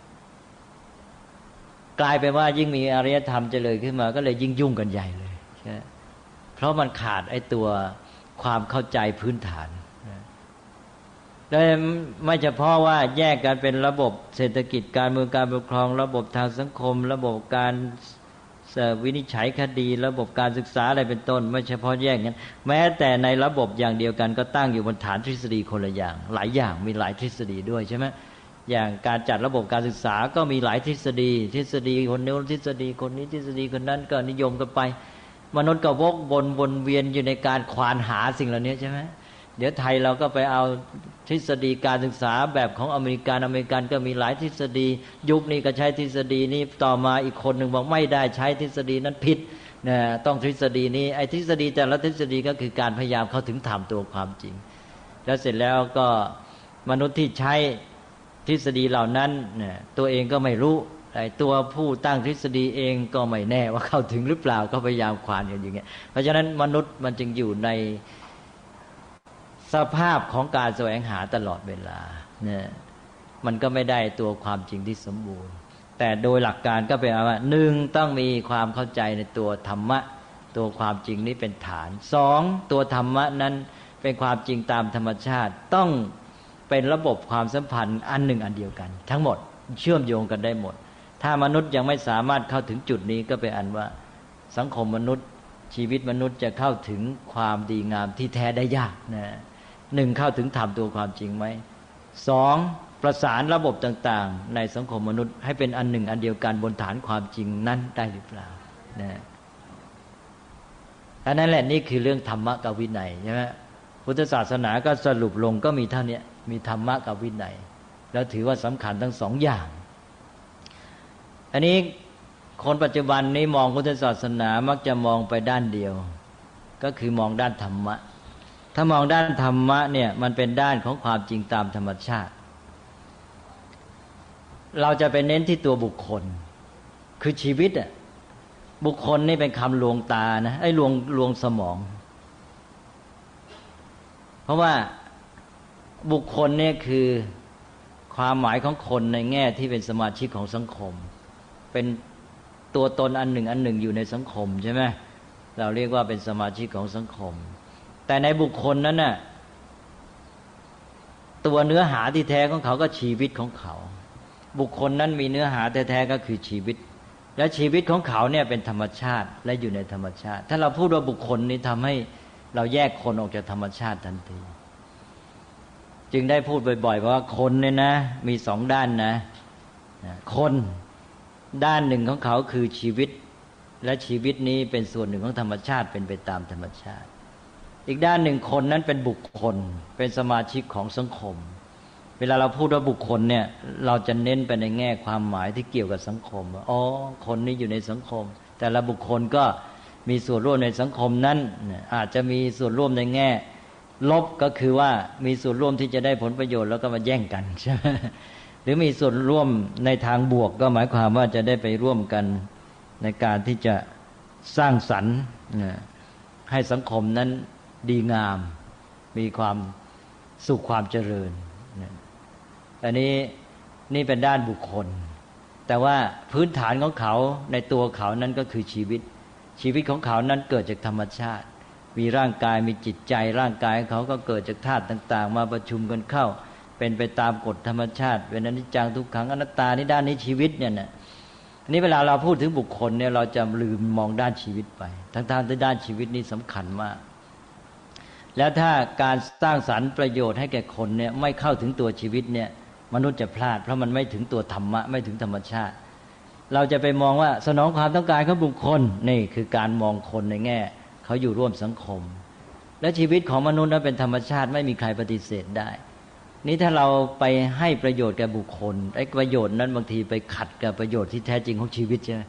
กลายเป็นว่ายิ่งมีอารยธรรมเจริญขึ้นมาก็เลยยิ่งยุ่งกันใหญ่เลยเพราะมันขาดไอ้ตัวความเข้าใจพื้นฐานและไม่เฉพาะว่าแยกกันเป็นระบบเศรษฐกิจการเมืองการปกครองระบบทางสังคมระบบการวินิจฉัยคดีระบบการศึกษาอะไรเป็นต้นไม่เฉพาะแยกกันแม้แต่ในระบบอย่างเดียวกันก็ตั้งอยู่บนฐานทฤษฎีคนละอย่างหลายอย่างมีหลายทฤษฎีด้วยใช่ไหมอย่างการจัดระบบการศึกษาก็มีหลายทฤษฎีคนนี้ทฤษฎีคนนี้ทฤษฎีคนนั้นก็นิยมกันไปมนุษย์ก็วนเวียนอยู่ในการควานหาสิ่งเหล่านี้ใช่ไหมเดี๋ยวไทยเราก็ไปเอาทฤษฎีการศึกษาแบบของอเมริกันก็มีหลายทฤษฎียุคนี้ก็ใช้ทฤษฎีนี้ต่อมาอีกคนหนึ่งบอกไม่ได้ใช้ทฤษฎีนั้นผิดนะต้องทฤษฎีนี้ไอ้ทฤษฎีแต่ละทฤษฎีก็คือการพยายามเข้าถึงธรรมตัวความจริงแล้วเสร็จแล้วก็มนุษย์ที่ใช้ทฤษฎีเหล่านั้นเนี่ยตัวเองก็ไม่รู้ไอ้ตัวผู้ตั้งทฤษฎีเองก็ไม่แน่ว่าเข้าถึงหรือเปล่าก็พยายามควานอย่างเงี้ยเพราะฉะนั้นมนุษย์มันจึงอยู่ในสภาพของการแสวงหาตลอดเวลาเนี่ยมันก็ไม่ได้ตัวความจริงที่สมบูรณ์แต่โดยหลักการก็เป็นว่าหนึ่งต้องมีความเข้าใจในตัวธรรมะตัวความจริงนี้เป็นฐานสองตัวธรรมะนั้นเป็นความจริงตามธรรมชาติต้องเป็นระบบความสัมพันธ์อันหนึ่งอันเดียวกันทั้งหมดเชื่อมโยงกันได้หมดถ้ามนุษย์ยังไม่สามารถเข้าถึงจุดนี้ก็เป็นอันว่าสังคมมนุษย์ชีวิตมนุษย์จะเข้าถึงความดีงามที่แท้ได้ยากนะหนึ่งเข้าถึงธรรมตัวความจริงไหมสองประสานระบบต่างๆในสังคมมนุษย์ให้เป็นอันหนึ่งอันเดียวกันบนฐานความจริงนั้นได้หรือเปล่านะอันนั้นแหละนี่คือเรื่องธรรมะกับวินัยใช่ไหมพุทธศาสนาก็สรุปลงก็มีเท่านี้มีธรรมะกับวินัยแล้วถือว่าสำคัญทั้งสองอย่างอันนี้คนปัจจุบันนี้มองพุทธศาสนามักจะมองไปด้านเดียวก็คือมองด้านธรรมะถ้ามองด้านธรรมะเนี่ยมันเป็นด้านของความจริงตามธรรมชาติเราจะไปเน้นที่ตัวบุคคลคือชีวิตอ่ะบุคคลนี่เป็นคำลวงตานะไอ้ลวงสมองเพราะว่าบุคคลเนี่ยคือความหมายของคนในแง่ที่เป็นสมาชิกของสังคมเป็นตัวตนอันหนึ่งอยู่ในสังคมใช่ไหมเราเรียกว่าเป็นสมาชิกของสังคมแต่ในบุคคลนั้นน่ะตัวเนื้อหาที่แท้ของเขาก็ชีวิตของเขาบุคคลนั้นมีเนื้อหาแท้ๆก็คือชีวิตและชีวิตของเขาเนี่ยเป็นธรรมชาติและอยู่ในธรรมชาติถ้าเราพูดว่าบุคคลนี้ทำให้เราแยกคนออกจากธรรมชาติทันทีจึงได้พูดบ่อยๆว่าคนเนี่ยนะมีสองด้านนะคนด้านหนึ่งของเขาคือชีวิตและชีวิตนี้เป็นส่วนหนึ่งของธรรมชาติเป็นไปตามธรรมชาติอีกด้านหนึ่งคนนั้นเป็นบุคคลเป็นสมาชิกของสังคมเวลาเราพูดว่าบุคคลเนี่ยเราจะเน้นไปในแง่ความหมายที่เกี่ยวกับสังคมอ๋อคนนี้อยู่ในสังคมแต่ละบุคคลก็มีส่วนร่วมในสังคมนั้นอาจจะมีส่วนร่วมในแง่ลบก็คือว่ามีส่วนร่วมที่จะได้ผลประโยชน์แล้วก็มาแย่งกันใช่ไหมหรือมีส่วนร่วมในทางบวกก็หมายความว่าจะได้ไปร่วมกันในการที่จะสร้างสรรค์ให้สังคมนั้นดีงามมีความสุขความเจริญอันนี้นี่เป็นด้านบุคคลแต่ว่าพื้นฐานของเขาในตัวเขานั้นก็คือชีวิตของเขานั้นเกิดจากธรรมชาติมีร่างกายมีจิตใจร่างกายของเขาก็เกิดจากธาตุต่างๆมาประชุมกันเข้าเป็นไปตามกฎธรรมชาติเป็นอนิจจังทุกขังอนัตตานี่ด้านนี้ชีวิตเนี่ยนะอันนี้เวลาเราพูดถึงบุคคลเนี่ยเราจะลืมมองด้านชีวิตไปทั้งๆที่ด้านชีวิตนี่สำคัญมากแล้วถ้าการสร้างสรรค์ประโยชน์ให้แก่คนเนี่ยไม่เข้าถึงตัวชีวิตเนี่ยมนุษย์จะพลาดเพราะมันไม่ถึงตัวธรรมะไม่ถึงธรรมชาติเราจะไปมองว่าสนองความต้องการของบุคคลนี่คือการมองคนในแง่เขาอยู่ร่วมสังคมและชีวิตของมนุษย์นั้นเป็นธรรมชาติไม่มีใครปฏิเสธได้นี่ถ้าเราไปให้ประโยชน์แก่บุคคลไอ้ประโยชน์นั้นบางทีไปขัดกับประโยชน์ที่แท้จริงของชีวิตใช่ไหม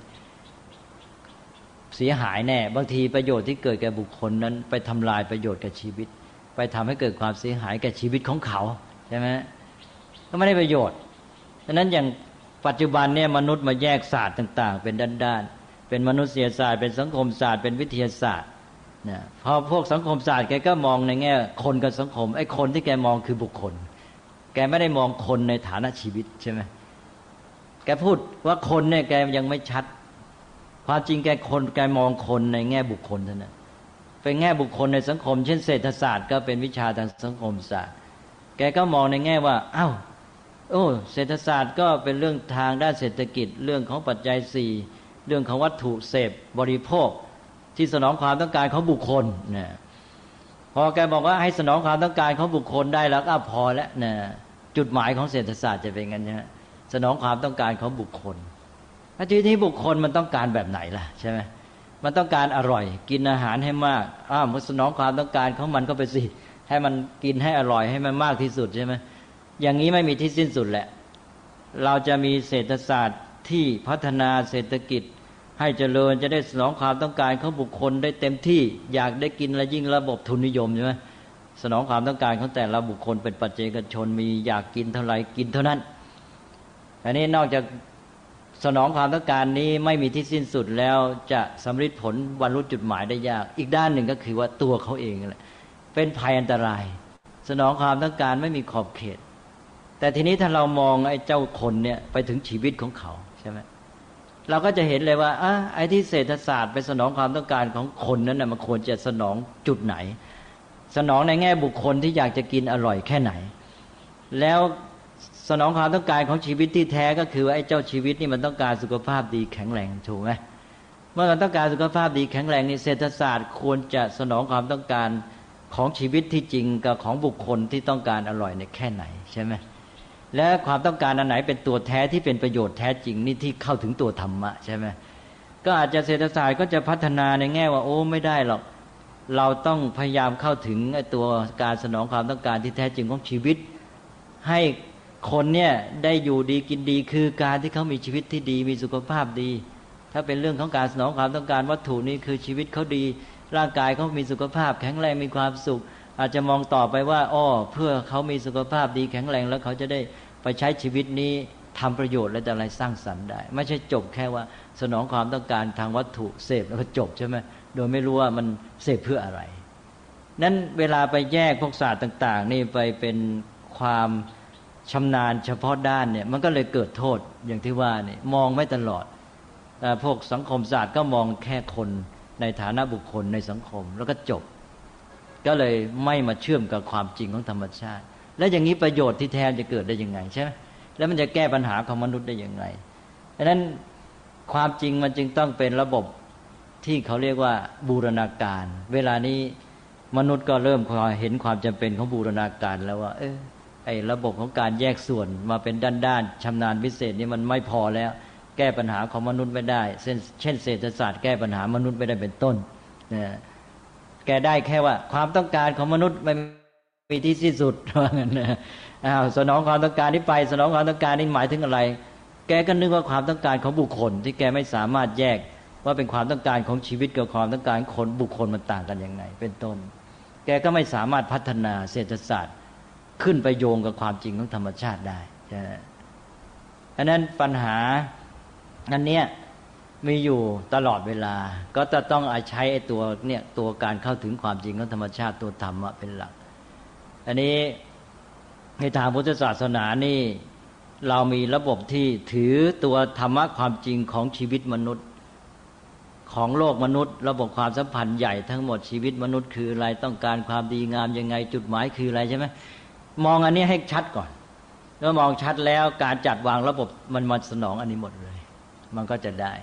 เสียหายแน่บางทีประโยชน์ที่เกิดแก่บุคคลนั้นไปทำลายประโยชน์แก่ชีวิตไปทำให้เกิดความเสียหายแก่ชีวิตของเขาใช่ไหมก็ไม่ได้ประโยชน์ดังนั้นอย่างปัจจุบันเนี่ยมนุษย์มาแยกศาสตร์ต่างๆเป็นด้านๆเป็นมนุษยศาสตร์เป็นสังคมศาสตร์เป็นวิทยาศาสตร์นะพอพวกสังคมศาสตร์แกก็มองในแง่คนกับสังคมไอ้คนที่แกมองคือบุคคลแกไม่ได้มองคนในฐานะชีวิตใช่ไหมแกพูดว่าคนเนี่ยแกยังไม่ชัดความจริงแกมองคนในแง่บุคคลเท่านั้นเป็นแง่บุคคลในสังคมเช่นเศรษฐศาสตร์ก็เป็นวิชาทางสังคมศาสตร์แกก็มองในแง่ว่าอ้าวเศรษฐศาสตร์ก็เป็นเรื่องทางด้านเศรษฐกิจเรื่องของปัจจัยสี่เรื่องของวัตถุเสพบริโภคที่สนองความต้องการของบุคคลนะพอแกบอกว่าให้สนองความต้องการของบุคคลได้แล้วก็พอแล้วนะจุดหมายของเศรษฐศาสตร์จะเป็นงั้นนะสนองความต้องการของบุคคลทีนี้บุคคลมันต้องการแบบไหนล่ะใช่ไหมมันต้องการอร่อยกินอาหารให้มากมันสนองความต้องการของมันก็ไปสิให้มันกินให้อร่อยให้มันมากที่สุดใช่ไหมอย่างนี้ไม่มีที่สิ้นสุดแหละเราจะมีเศรษฐศาสตร์ที่พัฒนาเศรษฐกิจให้เจริญจะได้สนองความต้องการของบุคคลได้เต็มที่อยากได้กินและยิ่งระบบทุนนิยมใช่ไหมสนองความต้องการของแต่ละบุคคลเป็นปัจเจกชนมีอยากกินเท่าไหร่กินเท่านั้นอันนี้นอกจากสนองความต้องการนี้ไม่มีที่สิ้นสุดแล้วจะสำเร็จผลบรรลุจุดหมายได้ยากอีกด้านหนึ่งก็คือว่าตัวเขาเองแหละเป็นภัยอันตรายสนองความต้องการไม่มีขอบเขตแต่ทีนี้ถ้าเรามองไอ้เจ้าคนเนี่ยไปถึงชีวิตของเขาใช่ไหมเราก็จะเห็นเลยว่าไอ้ที่เศรษฐศาสตร์ไปสนองความต้องการของคนนั้นนะมันควรจะสนองจุดไหนสนองในแง่บุคคลที่อยากจะกินอร่อยแค่ไหนแล้วสนองความต้องการของชีวิตที่แท้ก็คือว่าไอ้เจ้าชีวิตนี่มันต้องการสุขภาพดีแข็งแรงถูกไหมเมื่อมันต้องการสุขภาพดีแข็งแรงนี่เศรษฐศาสตร์ควรจะสนองความต้องการของชีวิตที่จริงกับของบุคคลที่ต้องการอร่อยในแค่ไหนใช่ไหมและความต้องการอันไหนเป็นตัวแท้ที่เป็นประโยชน์แท้จริงนี่ที่เข้าถึงตัวธรรมะใช่ไหมก็อาจจะเศรษฐศาสตร์ก็จะพัฒนาในแง่ว่าไม่ได้หรอกเราต้องพยายามเข้าถึงตัวการสนองความต้องการที่แท้จริงของชีวิตให้คนเนี่ยได้อยู่ดีกินดีคือการที่เขามีชีวิตที่ดีมีสุขภาพดีถ้าเป็นเรื่องของการสนองความต้องการวัตถุนี่คือชีวิตเขาดีร่างกายเขามีสุขภาพแข็งแรงมีความสุขอาจจะมองต่อไปว่าเพื่อเขามีสุขภาพดีแข็งแรงแล้วเขาจะได้ไปใช้ชีวิตนี้ทำประโยชน์และอะไรสร้างสรรค์ได้ไม่ใช่จบแค่ว่าสนองความต้องการทางวัตถุเสพแล้วก็จบใช่ไหมโดยไม่รู้ว่ามันเสพเพื่ออะไรนั้นเวลาไปแยกพวกศาสตร์ต่างๆนี่ไปเป็นความชำนาญเฉพาะด้านเนี่ยมันก็เลยเกิดโทษอย่างที่ว่านี่มองไม่ตลอดแต่พวกสังคมศาสตร์ก็มองแค่คนในฐานะบุคคลในสังคมแล้วก็จบก็เลยไม่มาเชื่อมกับความจริงของธรรมชาติและอย่างนี้ประโยชน์ที่แท้จะเกิดได้ยังไงใช่ไหมแล้วมันจะแก้ปัญหาของมนุษย์ได้ยังไงดังนั้นความจริงมันจึงต้องเป็นระบบที่เขาเรียกว่าบูรณาการเวลานี้มนุษย์ก็เริ่มเห็นความจำเป็นของบูรณาการแล้วว่าไอ้ระบบของการแยกส่วนมาเป็นด้านๆชำนาญพิเศษนี่มันไม่พอแล้วแก้ปัญหาของมนุษย์ไม่ได้เช่นเศรษฐศาสตร์แก้ปัญหามนุษย์ไม่ได้เป็นต้นนะแกได้แค่ว่าความต้องการของมนุษย์ไม่มีที่สิ้นสุดว่างั้นนะสนองความต้องการนี้ไปสนองความต้องการนี้หมายถึงอะไรแกก็นึกว่าความต้องการของบุคคลที่แกไม่สามารถแยกว่าเป็นความต้องการของชีวิตกับความต้องการคนบุคคลมันต่างกันยังไงเป็นต้นแกก็ไม่สามารถพัฒนาเศรษฐศาสตร์ขึ้นไปโยงกับความจริงของธรรมชาติได้ฉะนั้นปัญหาอันเนี้ยมีอยู่ตลอดเวลาก็จะต้องใช้ไอ้ตัวเนี่ยตัวการเข้าถึงความจริงของธรรมชาติตัวธรรมะเป็นหลักอันนี้ในทางพุทธศาสนานี่เรามีระบบที่ถือตัวธรรมะความจริงของชีวิตมนุษย์ของโลกมนุษย์ระบบความสัมพันธ์ใหญ่ทั้งหมดชีวิตมนุษย์คืออะไรต้องการความดีงามยังไงจุดหมายคืออะไรใช่ไหมมองอันนี้ให้ชัดก่อนแล้วมองชัดแล้วการจัดวางระบบมันมาสนองอันนี้หมดเลยมันก็จะได้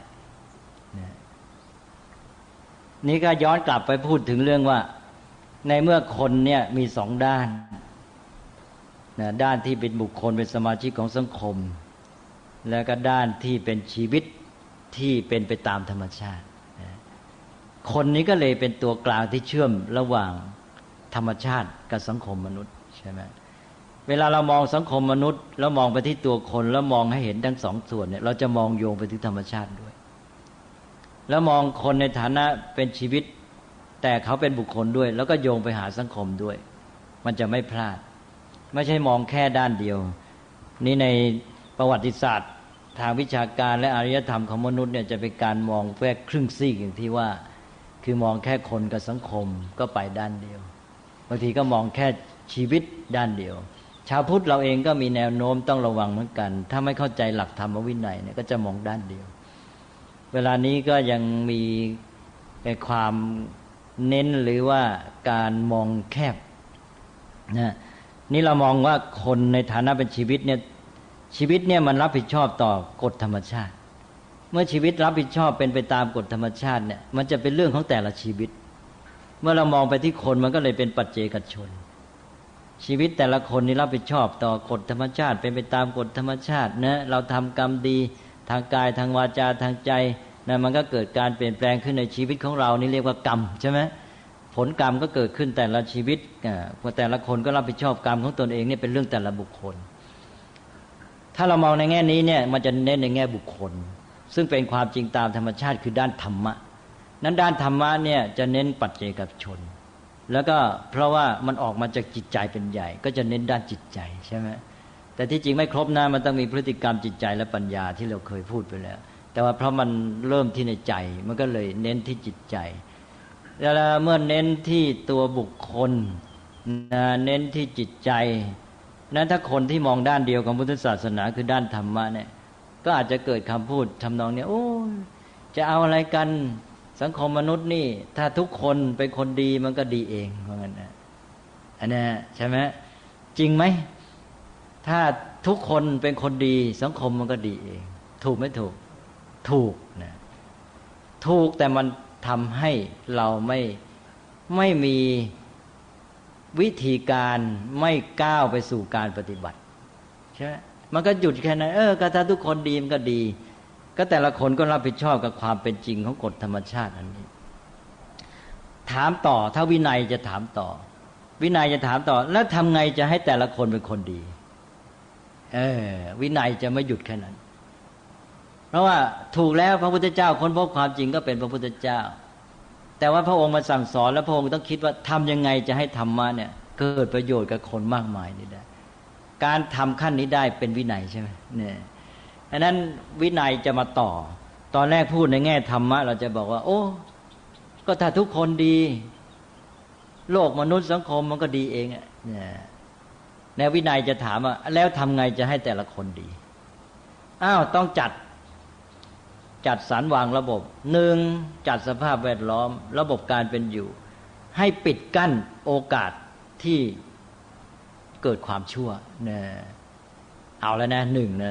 นี่ก็ย้อนกลับไปพูดถึงเรื่องว่าในเมื่อคนเนี่ยมีสองด้านนะด้านที่เป็นบุคคลเป็นสมาชิกของสังคมแล้วก็ด้านที่เป็นชีวิตที่เป็นไปตามธรรมชาตินะคนนี้ก็เลยเป็นตัวกลางที่เชื่อมระหว่างธรรมชาติกับสังคมมนุษย์ใช่ไหมเวลาเรามองสังคมมนุษย์แล้วมองไปที่ตัวคนแล้วมองให้เห็นทั้งสองส่วนเนี่ยเราจะมองโยงไปถึงธรรมชาติด้วยแล้วมองคนในฐานะเป็นชีวิตแต่เขาเป็นบุคคลด้วยแล้วก็โยงไปหาสังคมด้วยมันจะไม่พลาดไม่ใช่มองแค่ด้านเดียวนี่ในประวัติศาสตร์ทางวิชาการและอารยธรรมของมนุษย์เนี่ยจะเป็นการมองแค่ครึ่งซีกอย่างที่ว่าคือมองแค่คนกับสังคมก็ไปด้านเดียวบางทีก็มองแค่ชีวิตด้านเดียวชาวพุทธเราเองก็มีแนวโน้มต้องระวังเหมือนกันถ้าไม่เข้าใจหลักธรรมวินัยเนี่ยก็จะมองด้านเดียวเวลานี้ก็ยังมีความเน้นหรือว่าการมองแคบนะนี่เรามองว่าคนในฐานะเป็นชีวิตเนี่ยมันรับผิดชอบต่อกฎธรรมชาติเมื่อชีวิตรับผิดชอบเป็นไปตามกฎธรรมชาติเนี่ยมันจะเป็นเรื่องของแต่ละชีวิตเมื่อเรามองไปที่คนมันก็เลยเป็นปัจเจกชนชีวิตแต่ละคนนี่รับผิดชอบต่อกฎธรรมชาติเป็นไปตามกฎธรรมชาตินะเราทำกรรมดีทางกายทางวาจาทางใจนะมันก็เกิดการเปลี่ยนแปลงขึ้นในชีวิตของเรานี่เรียกว่ากรรมใช่ไหมผลกรรมก็เกิดขึ้นแต่ละชีวิตแต่ละคนก็รับผิดชอบกรรมของตนเองนี่เป็นเรื่องแต่ละบุคคลถ้าเรามองในแง่นี้เนี่ยมันจะเน้นในแง่บุคคลซึ่งเป็นความจริงตามธรรมชาติคือด้านธรรมะนั้นด้านธรรมะเนี่ยจะเน้นปัจเจกชนแล้วก็เพราะว่ามันออกมาจากจิตใจเป็นใหญ่ก็จะเน้นด้านจิตใจใช่ไหมแต่ที่จริงไม่ครบนะมันต้องมีพฤติกรรมจิตใจและปัญญาที่เราเคยพูดไปแล้วแต่ว่าเพราะมันเริ่มที่ในใจมันก็เลยเน้นที่จิตใจแล้วเมื่อเน้นที่ตัวบุคคลเน้นที่จิตใจนั้นถ้าคนที่มองด้านเดียวของพุทธศาสนาคือด้านธรรมะเนี่ยก็อาจจะเกิดคำพูดทำนองนี้โอ้จะเอาอะไรกันสังคมมนุษย์นี่ถ้าทุกคนเป็นคนดีมันก็ดีเองเพราะงั้นนะอันนี้ใช่ไหมจริงไหมถ้าทุกคนเป็นคนดีสังคมมันก็ดีเองถูกไม่ถูกถูกนะถูกแต่มันทำให้เราไม่มีวิธีการไม่ก้าวไปสู่การปฏิบัติใช่ไหมมันก็หยุดแค่นั้นก็ถ้าทุกคนดีมันก็ดีก็แต่ละคนก็รับผิดชอบกับความเป็นจริงของกฎธรรมชาติอันนี้ถามต่อถ้าวินัยจะถามต่อวินัยจะถามต่อแล้วทำไงจะให้แต่ละคนเป็นคนดีวินัยจะไม่หยุดแค่นั้นเพราะว่าถูกแล้วพระพุทธเจ้าค้นพบความจริงก็เป็นพระพุทธเจ้าแต่ว่าพระองค์มาสั่งสอนแล้วพระองค์ต้องคิดว่าทำยังไงจะให้ธรรมะเนี่ยเกิดประโยชน์กับคนมากมายนี่ได้การทำขั้นนี้ได้เป็นวินัยใช่ไหมเนี่ยอันนั้นวินัยจะมาต่อตอนแรกพูดในแง่ธรรมะเราจะบอกว่าโอ้ก็ถ้าทุกคนดีโลกมนุษย์สังคมมันก็ดีเองเนี่ยในวินัยจะถามว่าแล้วทำไงจะให้แต่ละคนดีต้องจัดสรรวางระบบหนึ่งจัดสภาพแวดล้อมระบบการเป็นอยู่ให้ปิดกั้นโอกาสที่เกิดความชั่วเนี่ยเอาแล้วนะหนึ่งนะ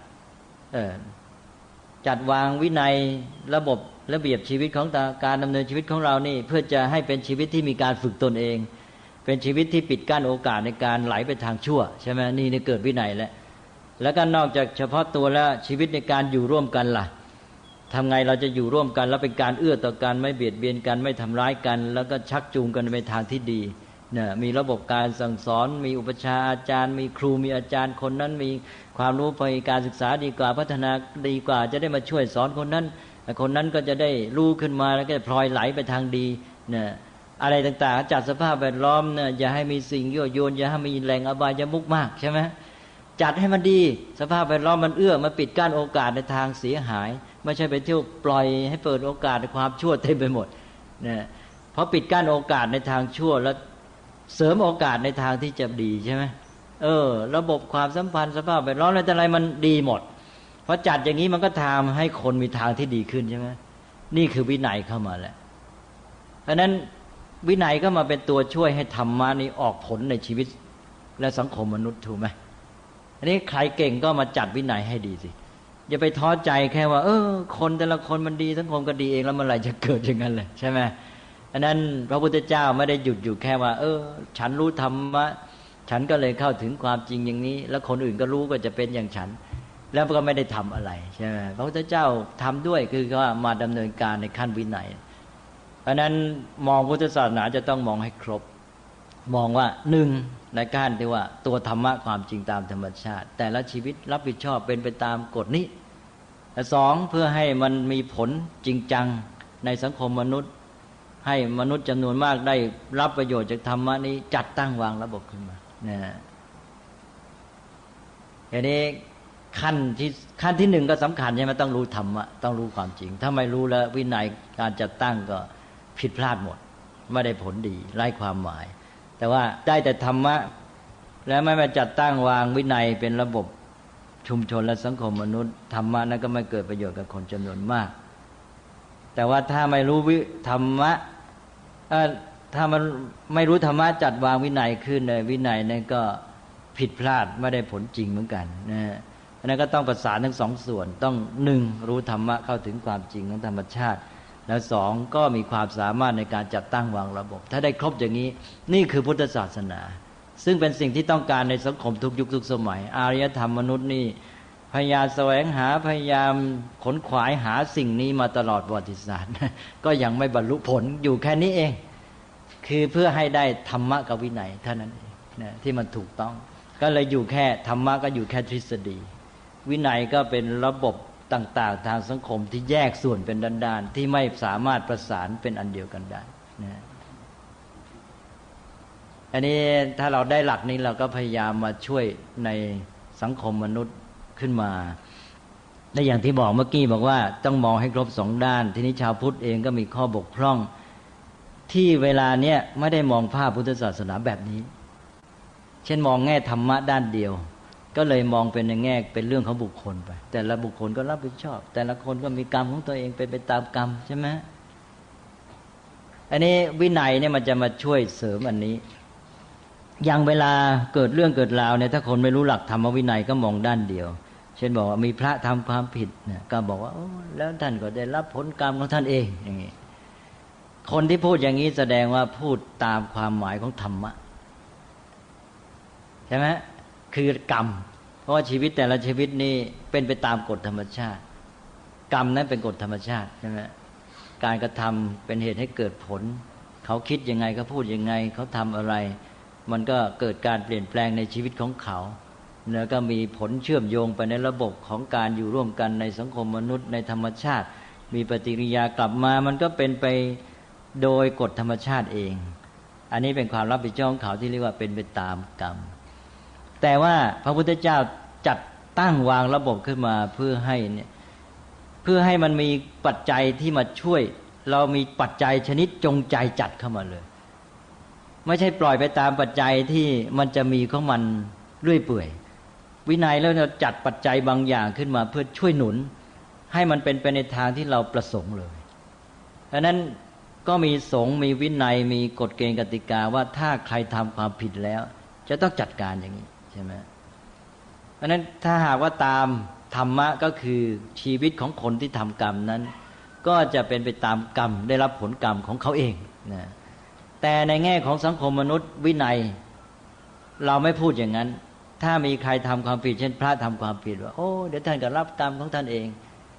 จัดวางวินัยระบบระเบียบชีวิตของการดำเนินชีวิตของเรานี่เพื่อจะให้เป็นชีวิตที่มีการฝึกตนเองเป็นชีวิตที่ปิดกั้นโอกาสในการไหลไปทางชั่วใช่ไหมนี่เกิดวินัยแล้วก็นอกจากเฉพาะตัวแล้วชีวิตในการอยู่ร่วมกันล่ะทำไงเราจะอยู่ร่วมกันแล้วเป็นการเอื้อต่อกันไม่เบียดเบียนกันไม่ทำร้ายกัน แล้วก็ชักจูงกันไปทางที่ดีเนี่ยมีระบบการสั่งสอนมีอุปชาอาจารย์มีครูมีอาจารย์คนนั้นมีความรู้ไปการศึกษาดีกว่าพัฒนาดีกว่าจะได้มาช่วยสอนคนนั้นคนนั้นก็จะได้รู้ขึ้นมาแล้วก็พลอยไหลไปทางดีเนี่ยอะไรต่างๆจัดสภาพแวดล้อมเนี่ยอย่าให้มีสิ่งยั่วยวนอย่าให้มีแหล่งอบายมุขมากใช่ไหมจัดให้มันดีสภาพแวดล้อมมันเอื้อมาปิดกั้นโอกาสในทางเสียหายไม่ใช่ไปเที่ยวปล่อยให้เปิดโอกาสในความชั่วเต็มไปหมดเนี่ยเพราะปิดกั้นโอกาสในทางชั่วแล้วเสริมโอกาสในทางที่จะดีใช่ไหมระบบความสัมพันธ์สภาพแวดล้อมอะไรมันดีหมดเพราะจัดอย่างนี้มันก็ทำให้คนมีทางที่ดีขึ้นใช่ไหมนี่คือวินัยเข้ามาแล้วเพราะนั้นวินัยก็มาเป็นตัวช่วยให้ธรรมะนี้ออกผลในชีวิตและสังคมมนุษย์ถูกไหมอันนี้ใครเก่งก็มาจัดวินัยให้ดีสิอย่าไปท้อใจแค่ว่าคนแต่ละคนมันดีสังคมก็ดีเองแล้วเมื่อไหร่จะเกิดอย่างนั้นเลยใช่ไหมอันนั้นพระพุทธเจ้าไม่ได้หยุดอยู่แค่ว่าฉันรู้ธรรมะฉันก็เลยเข้าถึงความจริงอย่างนี้แล้วคนอื่นก็รู้ก็จะเป็นอย่างฉันแล้วก็ไม่ได้ทำอะไรใช่ไหมพระพุทธเจ้าทำด้วยคือว่ามาดำเนินการในขั้นวินัยเพราะนั้นมองพุทธศาสนาจะต้องมองให้ครบมองว่าหนึ่งในการที่ว่าตัวธรรมะความจริงตามธรรมชาติแต่ละชีวิตรับผิดชอบเป็นไปตามกฎนี้และสองเพื่อให้มันมีผลจริงจังในสังคมมนุษย์ให้มนุษย์จำนวนมากได้รับประโยชน์จากธรรมะนี้จัดตั้งวางระบบขึ้นมานะอย่างนี้ขั้นที่หนึ่งก็สำคัญใช่ไหมต้องรู้ธรรมะต้องรู้ความจริงถ้าไม่รู้แล้ววินัยการจัดตั้งก็ผิดพลาดหมดไม่ได้ผลดีไร้ความหมายแต่ว่าได้แต่ธรรมะแล้วไม่มาจัดตั้งวางวินัยเป็นระบบชุมชนและสังคมมนุษย์ธรรมะนั้นก็ไม่เกิดประโยชน์กับคนจำนวนมากแต่ว่าถ้าไม่รู้ธรรมะถ้ามันไม่รู้ธรรมะจัดวางวินัยขึ้นเลยวินัยนั้นก็ผิดพลาดไม่ได้ผลจริงเหมือนกันนะอันนั้นก็ต้องประสานทั้งสองส่วนต้องหนึ่งรู้ธรรมะเข้าถึงความจริงของธรรมชาติแล้วสองก็มีความสามารถในการจัดตั้งวางระบบถ้าได้ครบอย่างนี้นี่คือพุทธศาสนาซึ่งเป็นสิ่งที่ต้องการในสังคมทุกยุคทุกสมัยอารยธรรมมนุษย์นี่พยายามแสวงหาพยายามขนขวายหาสิ่งนี้มาตลอดประวัติศาสตร์ก็ยังไม่บรรลุผลอยู่แค่นี้เองคือเพื่อให้ได้ธรรมะกับวินัยเท่านั้นเองนะที่มันถูกต้องก็เลยอยู่แค่ธรรมะก็อยู่แค่ทฤษฎีวินัยก็เป็นระบบต่างๆทางสังคมที่แยกส่วนเป็นด้านๆที่ไม่สามารถประสานเป็นอันเดียวกันได้นะอันนี้ถ้าเราได้หลักนี้เราก็พยายามมาช่วยในสังคมมนุษย์ขึ้นมาและอย่างที่บอกเมื่อกี้บอกว่าต้องมองให้ครบสองด้านทีนี้ชาวพุทธเองก็มีข้อบกพร่องที่เวลาเนี้ยไม่ได้มองภาพพุทธศาสนาแบบนี้เช่นมองแง่ธรรมะด้านเดียวก็เลยมองเป็นในแง่เป็นเรื่องของบุคคลไปแต่ละบุคคลก็รับผิดชอบแต่ละคนก็มีกรรมของตัวเองเป็นไปตามกรรมใช่ไหมอันนี้วินัยเนี่ยมันจะมาช่วยเสริมอันนี้อย่างเวลาเกิดเรื่องเกิดราวเนี่ยถ้าคนไม่รู้หลักธรรมวินัยก็มองด้านเดียวเช่นบอกว่ามีพระทำความผิดเนี่ยก็บอกว่าแล้วท่านก็ได้รับผลกรรมของท่านเองอย่างนี้คนที่พูดอย่างนี้แสดงว่าพูดตามความหมายของธรรมะใช่ไหมคือกรรมเพราะว่าชีวิตแต่ละชีวิตนี่เป็นไปตามกฎธรรมชาติกรรมนั้นเป็นกฎธรรมชาติใช่ไหมการกระทำเป็นเหตุให้เกิดผลเขาคิดยังไงเขาพูดยังไงเขาทำอะไรมันก็เกิดการเปลี่ยนแปลงในชีวิตของเขาแล้วก็มีผลเชื่อมโยงไปในระบบของการอยู่ร่วมกันในสังคมมนุษย์ในธรรมชาติมีปฏิกิริยากลับมามันก็เป็นไปโดยกฎธรรมชาติเองอันนี้เป็นความรับผิดชอบของเขาที่เรียกว่าเป็นไปตามกรรมแต่ว่าพระพุทธเจ้าจัดตั้งวางระบบขึ้นมาเพื่อให้มันมีปัจจัยที่มาช่วยเรามีปัจจัยชนิดจงใจจัดเข้ามาเลยไม่ใช่ปล่อยไปตามปัจจัยที่มันจะมีของมันเรื่อยเปื่อยวินัยแล้วเราจัดปัจจัยบางอย่างขึ้นมาเพื่อช่วยหนุนให้มันเป็นไปในทางที่เราประสงค์เลยเพราะนั้นก็มีสงฆ์มีวินัยมีกฎเกณฑ์กติกาว่าถ้าใครทำความผิดแล้วจะต้องจัดการอย่างนี้ใช่ไหมเพราะนั้นถ้าหากว่าตามธรรมะก็คือชีวิตของคนที่ทำกรรมนั้นก็จะเป็นไปตามกรรมได้รับผลกรรมของเขาเองนะแต่ในแง่ของสังคมมนุษย์วินัยเราไม่พูดอย่างนั้นถ้ามีใครทำความผิดเช่นพระทำความผิดว่าเดี๋ยวท่านก็รับกรรมของท่านเอง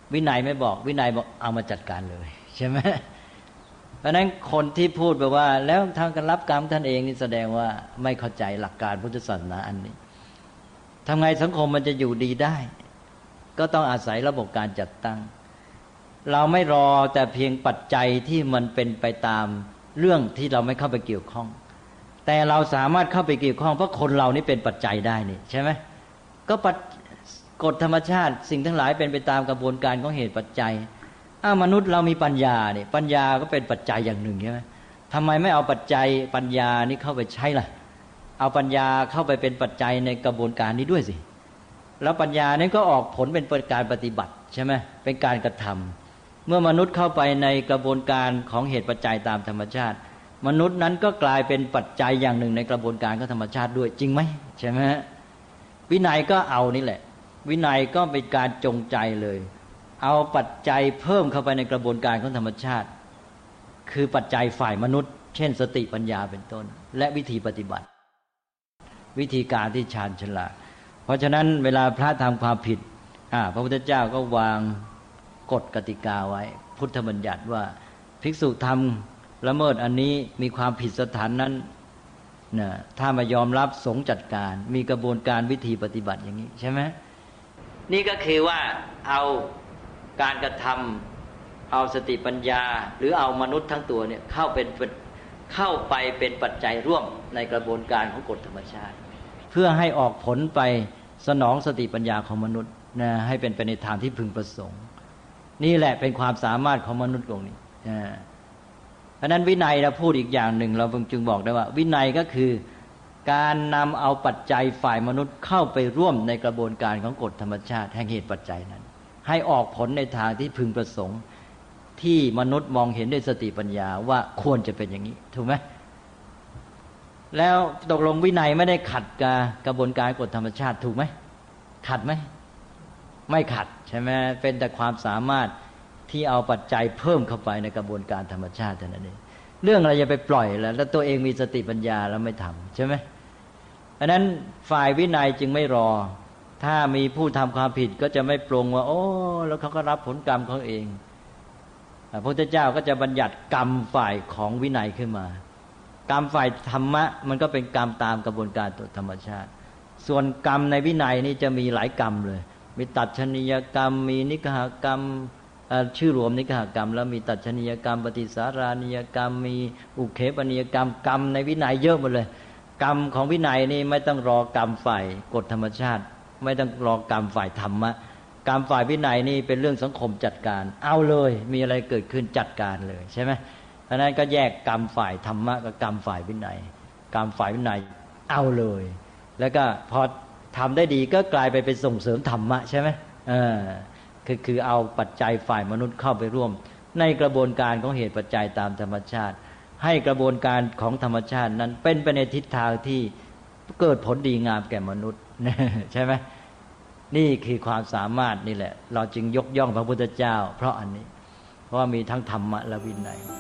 วินัยไม่บอกวินัยบอกเอามาจัดการเลยใช่ไหมเพราะนั้นคนที่พูดแบบว่าแล้วทางการรับกรรมท่านเองนี่แสดงว่าไม่เข้าใจหลักการพุทธศาสนาอันนี้ทำไงสังคมมันจะอยู่ดีได้ก็ต้องอาศัยระบบการจัดตั้งเราไม่รอแต่เพียงปัจจัยที่มันเป็นไปตามเรื่องที่เราไม่เข้าไปเกี่ยวข้องแต่เราสามารถเข้าไปเกี่ยวข้องเพราะคนเรานี่เป็นปัจจัยได้นี่ใช่ไหมก็กฎธรรมชาติสิ่งทั้งหลายเป็นไปตามกระบวนการของเหตุปัจจัยมนุษย์เรามีปัญญาเนี่ยปัญญาก็เป็นปัจจัยอย่างหนึ่งใช่ไหมทำไมไม่เอาปัจจัยปัญญานี้เข้าไปใช้ล่ะเอาปัญญาเข้าไปเป็นปัจจัยในกระบวนการนี้ด้วยสิแล้วปัญญานั้นก็ออกผลเป็นการปฏิบัติใช่ไหมเป็นการกระทำเมื่อมนุษย์เข้าไปในกระบวนการของเหตุปัจจัยตามธรรมชาติมนุษย์นั้นก็กลายเป็นปัจจัยอย่างหนึ่งในกระบวนการของธรรมชาติด้วยจริงไหมใช่ไหมวินัยก็เอานี่แหละวินัยก็เป็นการจงใจเลยเอาปัจจัยเพิ่มเข้าไปในกระบวนการของธรรมชาติคือปัจจัยฝ่ายมนุษย์เช่นสติปัญญาเป็นต้นและวิธีปฏิบัติวิธีการที่ชาญฉลาดเพราะฉะนั้นเวลาพระทำความผิดพระพุทธเจ้าก็วางกฎกติกาไว้พุทธบัญญัติว่าภิกษุทำละเมิดอันนี้มีความผิดสถานนั้นนะถ้าไม่ยอมรับสงฆ์จัดการมีกระบวนการวิธีปฏิบัติอย่างนี้ใช่ไหมนี่ก็คือว่าเอาการกระทำเอาสติปัญญาหรือเอามนุษย์ทั้งตัวเนี่ยเข้าไปเป็นปัจจัยร่วมในกระบวนการของกฎธรรมชาติเพื่อให้ออกผลไปสนองสติปัญญาของมนุษย์นะให้เป็นไปในทางที่พึงประสงค์นี่แหละเป็นความสามารถของมนุษย์ตรงนี้เพราะนั้นวินัยเราพูดอีกอย่างหนึ่งเราจึงบอกได้ว่าวินัยก็คือการนำเอาปัจจัยฝ่ายมนุษย์เข้าไปร่วมในกระบวนการของกฎธรรมชาติแห่งเหตุปัจจัยนั้นให้ออกผลในทางที่พึงประสงค์ที่มนุษย์มองเห็นด้วยสติปัญญาว่าควรจะเป็นอย่างนี้ถูกไหมแล้วตกลงวินัยไม่ได้ขัดกับกระบวนการกฎธรรมชาติถูกไหมขัดไหมไม่ขัดใช่ไหมเป็นแต่ความสามารถที่เอาปัจจัยเพิ่มเข้าไปในกระบวนการธรรมชาติเท่านั้นเองเรื่องอะไรจะไปปล่อยแล้วตัวเองมีสติปัญญาแล้วไม่ทำใช่ไหมเพราะนั้นฝ่ายวินัยจึงไม่รอถ้ามีผู้ทำความผิดก็จะไม่ปรงว่าโอ้แล้วเขาก็รับผลกรรมเขาเองพระพุทธเจ้าก็จะบัญญัติกรรมฝ่ายของวินัยขึ้นมากรรมฝ่ายธรรมะมันก็เป็นกรรมตามกระบวนการตัวธรรมชาติส่วนกรรมในวินัยนี่จะมีหลายกรรมเลยมีตัดชนียกรรมมีนิกหกรรมชื่อรวมนิกหกรรมแล้วมีตัดชนียกรรมปฏิสารานิยกรรมมีอุเคปนิยกรรมกรรมในวินัยเยอะหมดเลยกรรมของวินัยนี่ไม่ต้องรอกรรมฝ่ายกฎธรรมชาติไม่ต้องรอกรรมฝ่ายธรรมะกรรมฝ่ายวินัยนี่เป็นเรื่องสังคมจัดการเอาเลยมีอะไรเกิดขึ้นจัดการเลยใช่ไหมเพราะนั้นก็แยกกรรมฝ่ายธรรมะกับกรรมฝ่ายวินัยกรรมฝ่ายวินัยเอาเลยแล้วก็พอทำได้ดีก็กลายไปเป็นส่งเสริมธรรมะใช่ไหมคือเอาปัจจัยฝ่ายมนุษย์เข้าไปร่วมในกระบวนการของเหตุปัจจัยตามธรรมชาติให้กระบวนการของธรรมชาตินั้นเป็นไปในทิศทางที่เกิดผลดีงามแก่มนุษย์ใช่ไหมนี่คือความสามารถนี่แหละเราจึงยกย่องพระพุทธเจ้าเพราะอันนี้เพราะว่ามีทั้งธรรมะและวินัย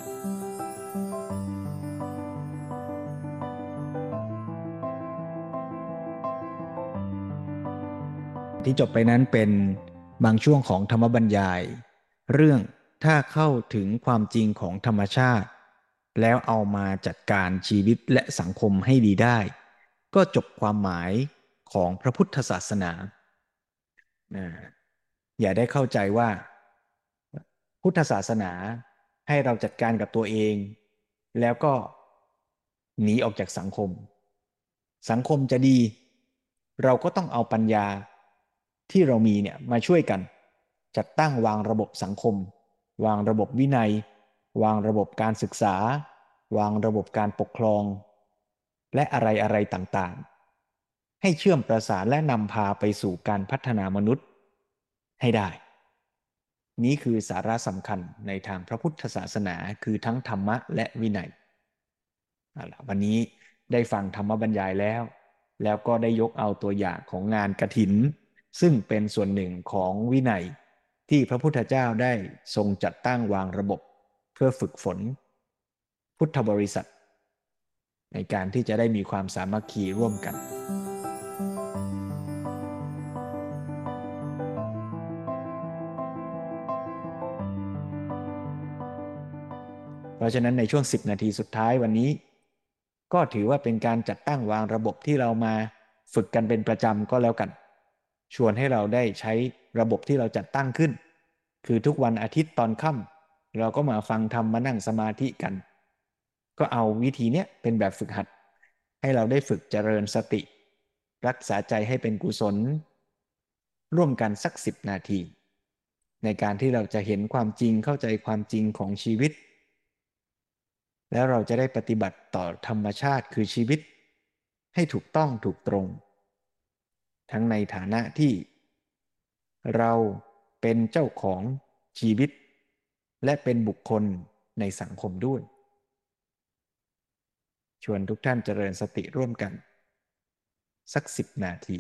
ที่จบไปนั้นเป็นบางช่วงของธรรมบรรยายเรื่องถ้าเข้าถึงความจริงของธรรมชาติแล้วเอามาจัดการชีวิตและสังคมให้ดีได้ก็จบความหมายของพระพุทธศาสนาอย่าได้เข้าใจว่าพุทธศาสนาให้เราจัดการกับตัวเองแล้วก็หนีออกจากสังคมจะดีเราก็ต้องเอาปัญญาที่เรามีเนี่ยมาช่วยกันจัดตั้งวางระบบสังคมวางระบบวินัยวางระบบการศึกษาวางระบบการปกครองและอะไรต่างๆให้เชื่อมประสานและนำพาไปสู่การพัฒนามนุษย์ให้ได้นี้คือสาระสำคัญในทางพระพุทธศาสนาคือทั้งธรรมะและวินัยวันนี้ได้ฟังธรรมบรรยายแล้วก็ได้ยกเอาตัวอย่างของงานกฐินซึ่งเป็นส่วนหนึ่งของวินัยที่พระพุทธเจ้าได้ทรงจัดตั้งวางระบบเพื่อฝึกฝนพุทธบริษัทในการที่จะได้มีความสามัคคีร่วมกันเพราะฉะนั้นในช่วง10 นาทีสุดท้ายวันนี้ก็ถือว่าเป็นการจัดตั้งวางระบบที่เรามาฝึกกันเป็นประจำก็แล้วกันชวนให้เราได้ใช้ระบบที่เราจัดตั้งขึ้นคือทุกวันอาทิตย์ตอนค่ำเราก็มาฟังธรรมมานั่งสมาธิกันก็เอาวิธีเนี้ยเป็นแบบฝึกหัดให้เราได้ฝึกเจริญสติรักษาใจให้เป็นกุศลร่วมกันสัก10 นาทีในการที่เราจะเห็นความจริงเข้าใจความจริงของชีวิตแล้วเราจะได้ปฏิบัติต่อธรรมชาติคือชีวิตให้ถูกต้องถูกตรงทั้งในฐานะที่เราเป็นเจ้าของชีวิตและเป็นบุคคลในสังคมด้วยชวนทุกท่านเจริญสติร่วมกันสัก10 นาที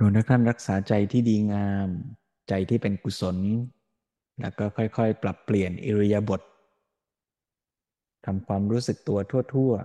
นูนักท่านรักษาใจที่ดีงามใจที่เป็นกุศลแล้วก็ค่อยๆปรับเปลี่ยนอิริยาบถทำความรู้สึกตัวทั่ว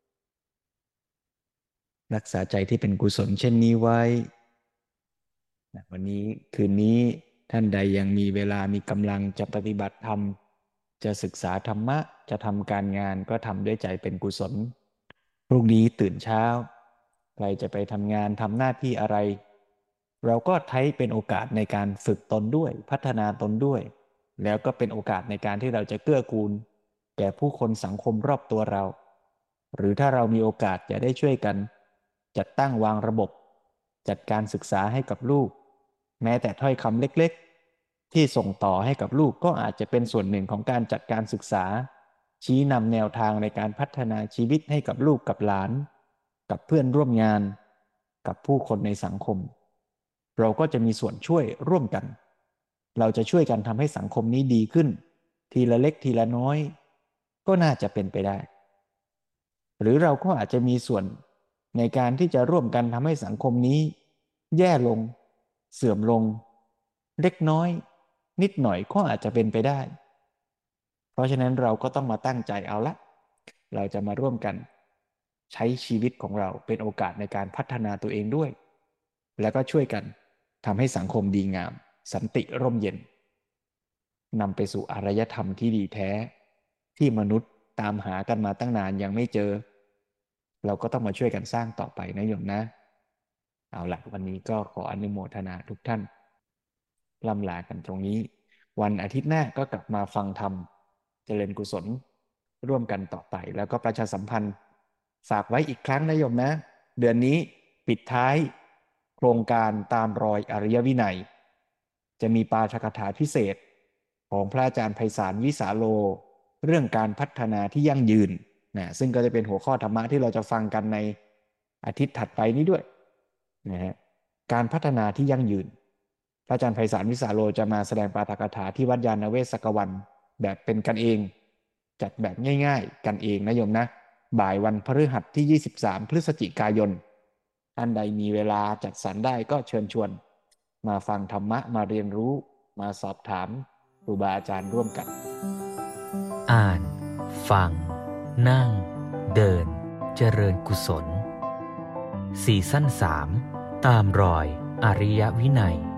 ๆรักษาใจที่เป็นกุศลเช่นนี้ไว้วันนี้คืนนี้ท่านใดยังมีเวลามีกำลังจะปฏิบัติธรรมจะศึกษาธรรมะจะทำการงานก็ทำด้วยใจเป็นกุศลพรุ่งนี้ตื่นเช้าใครจะไปทำงานทำหน้าที่อะไรเราก็ใช้เป็นโอกาสในการฝึกตนด้วยพัฒนาตนด้วยแล้วก็เป็นโอกาสในการที่เราจะเกื้อกูลแก่ผู้คนสังคมรอบตัวเราหรือถ้าเรามีโอกาสจะได้ช่วยกันจัดตั้งวางระบบจัดการศึกษาให้กับลูกแม้แต่ถ้อยคำเล็กๆที่ส่งต่อให้กับลูกก็อาจจะเป็นส่วนหนึ่งของการจัดการศึกษาชี้นำแนวทางในการพัฒนาชีวิตให้กับลูกกับหลานกับเพื่อนร่วมงานกับผู้คนในสังคมเราก็จะมีส่วนช่วยร่วมกันเราจะช่วยกันทำให้สังคมนี้ดีขึ้นทีละเล็กทีละน้อยก็น่าจะเป็นไปได้หรือเราก็อาจจะมีส่วนในการที่จะร่วมกันทำให้สังคมนี้แย่ลงเสื่อมลงเล็กน้อยนิดหน่อยก็อาจจะเป็นไปได้เพราะฉะนั้นเราก็ต้องมาตั้งใจเอาละเราจะมาร่วมกันใช้ชีวิตของเราเป็นโอกาสในการพัฒนาตัวเองด้วยแล้วก็ช่วยกันทำให้สังคมดีงามสันติร่มเย็นนำไปสู่อารยธรรมที่ดีแท้ที่มนุษย์ตามหากันมาตั้งนานยังไม่เจอเราก็ต้องมาช่วยกันสร้างต่อไปนะโยมนะเอาละวันนี้ก็ขออนุโมทนาทุกท่านล่ำลากันตรงนี้วันอาทิตย์หน้าก็กลับมาฟังธรรมเจริญกุศลร่วมกันต่อไปแล้วก็ประชาสัมพันธ์ฝากไว้อีกครั้งนะโยมนะเดือนนี้ปิดท้ายโครงการตามรอยอริยวินัยจะมีปาฐกถาพิเศษของพระอาจารย์ไพศาลวิสาโลเรื่องการพัฒนาที่ยั่งยืนนะซึ่งก็จะเป็นหัวข้อธรรมะที่เราจะฟังกันในอาทิตย์ถัดไปนี้ด้วยนะฮะการพัฒนาที่ยั่งยืนพระอาจารย์ไพศาลวิสาโลจะมาแสดงปาฐกถาที่วัดยานเวศกวันแบบเป็นกันเองจัดแบบง่ายๆกันเองนะโยมนะบ่ายวันพฤหัสที่23พฤศจิกายนท่านใดมีเวลาจัดสรรได้ก็เชิญชวนมาฟังธรรมะมาเรียนรู้มาสอบถามครูบาอาจารย์ร่วมกันอ่านฟังนั่งเดินเจริญกุศลซีซั่น3ตามรอยอริยวินัย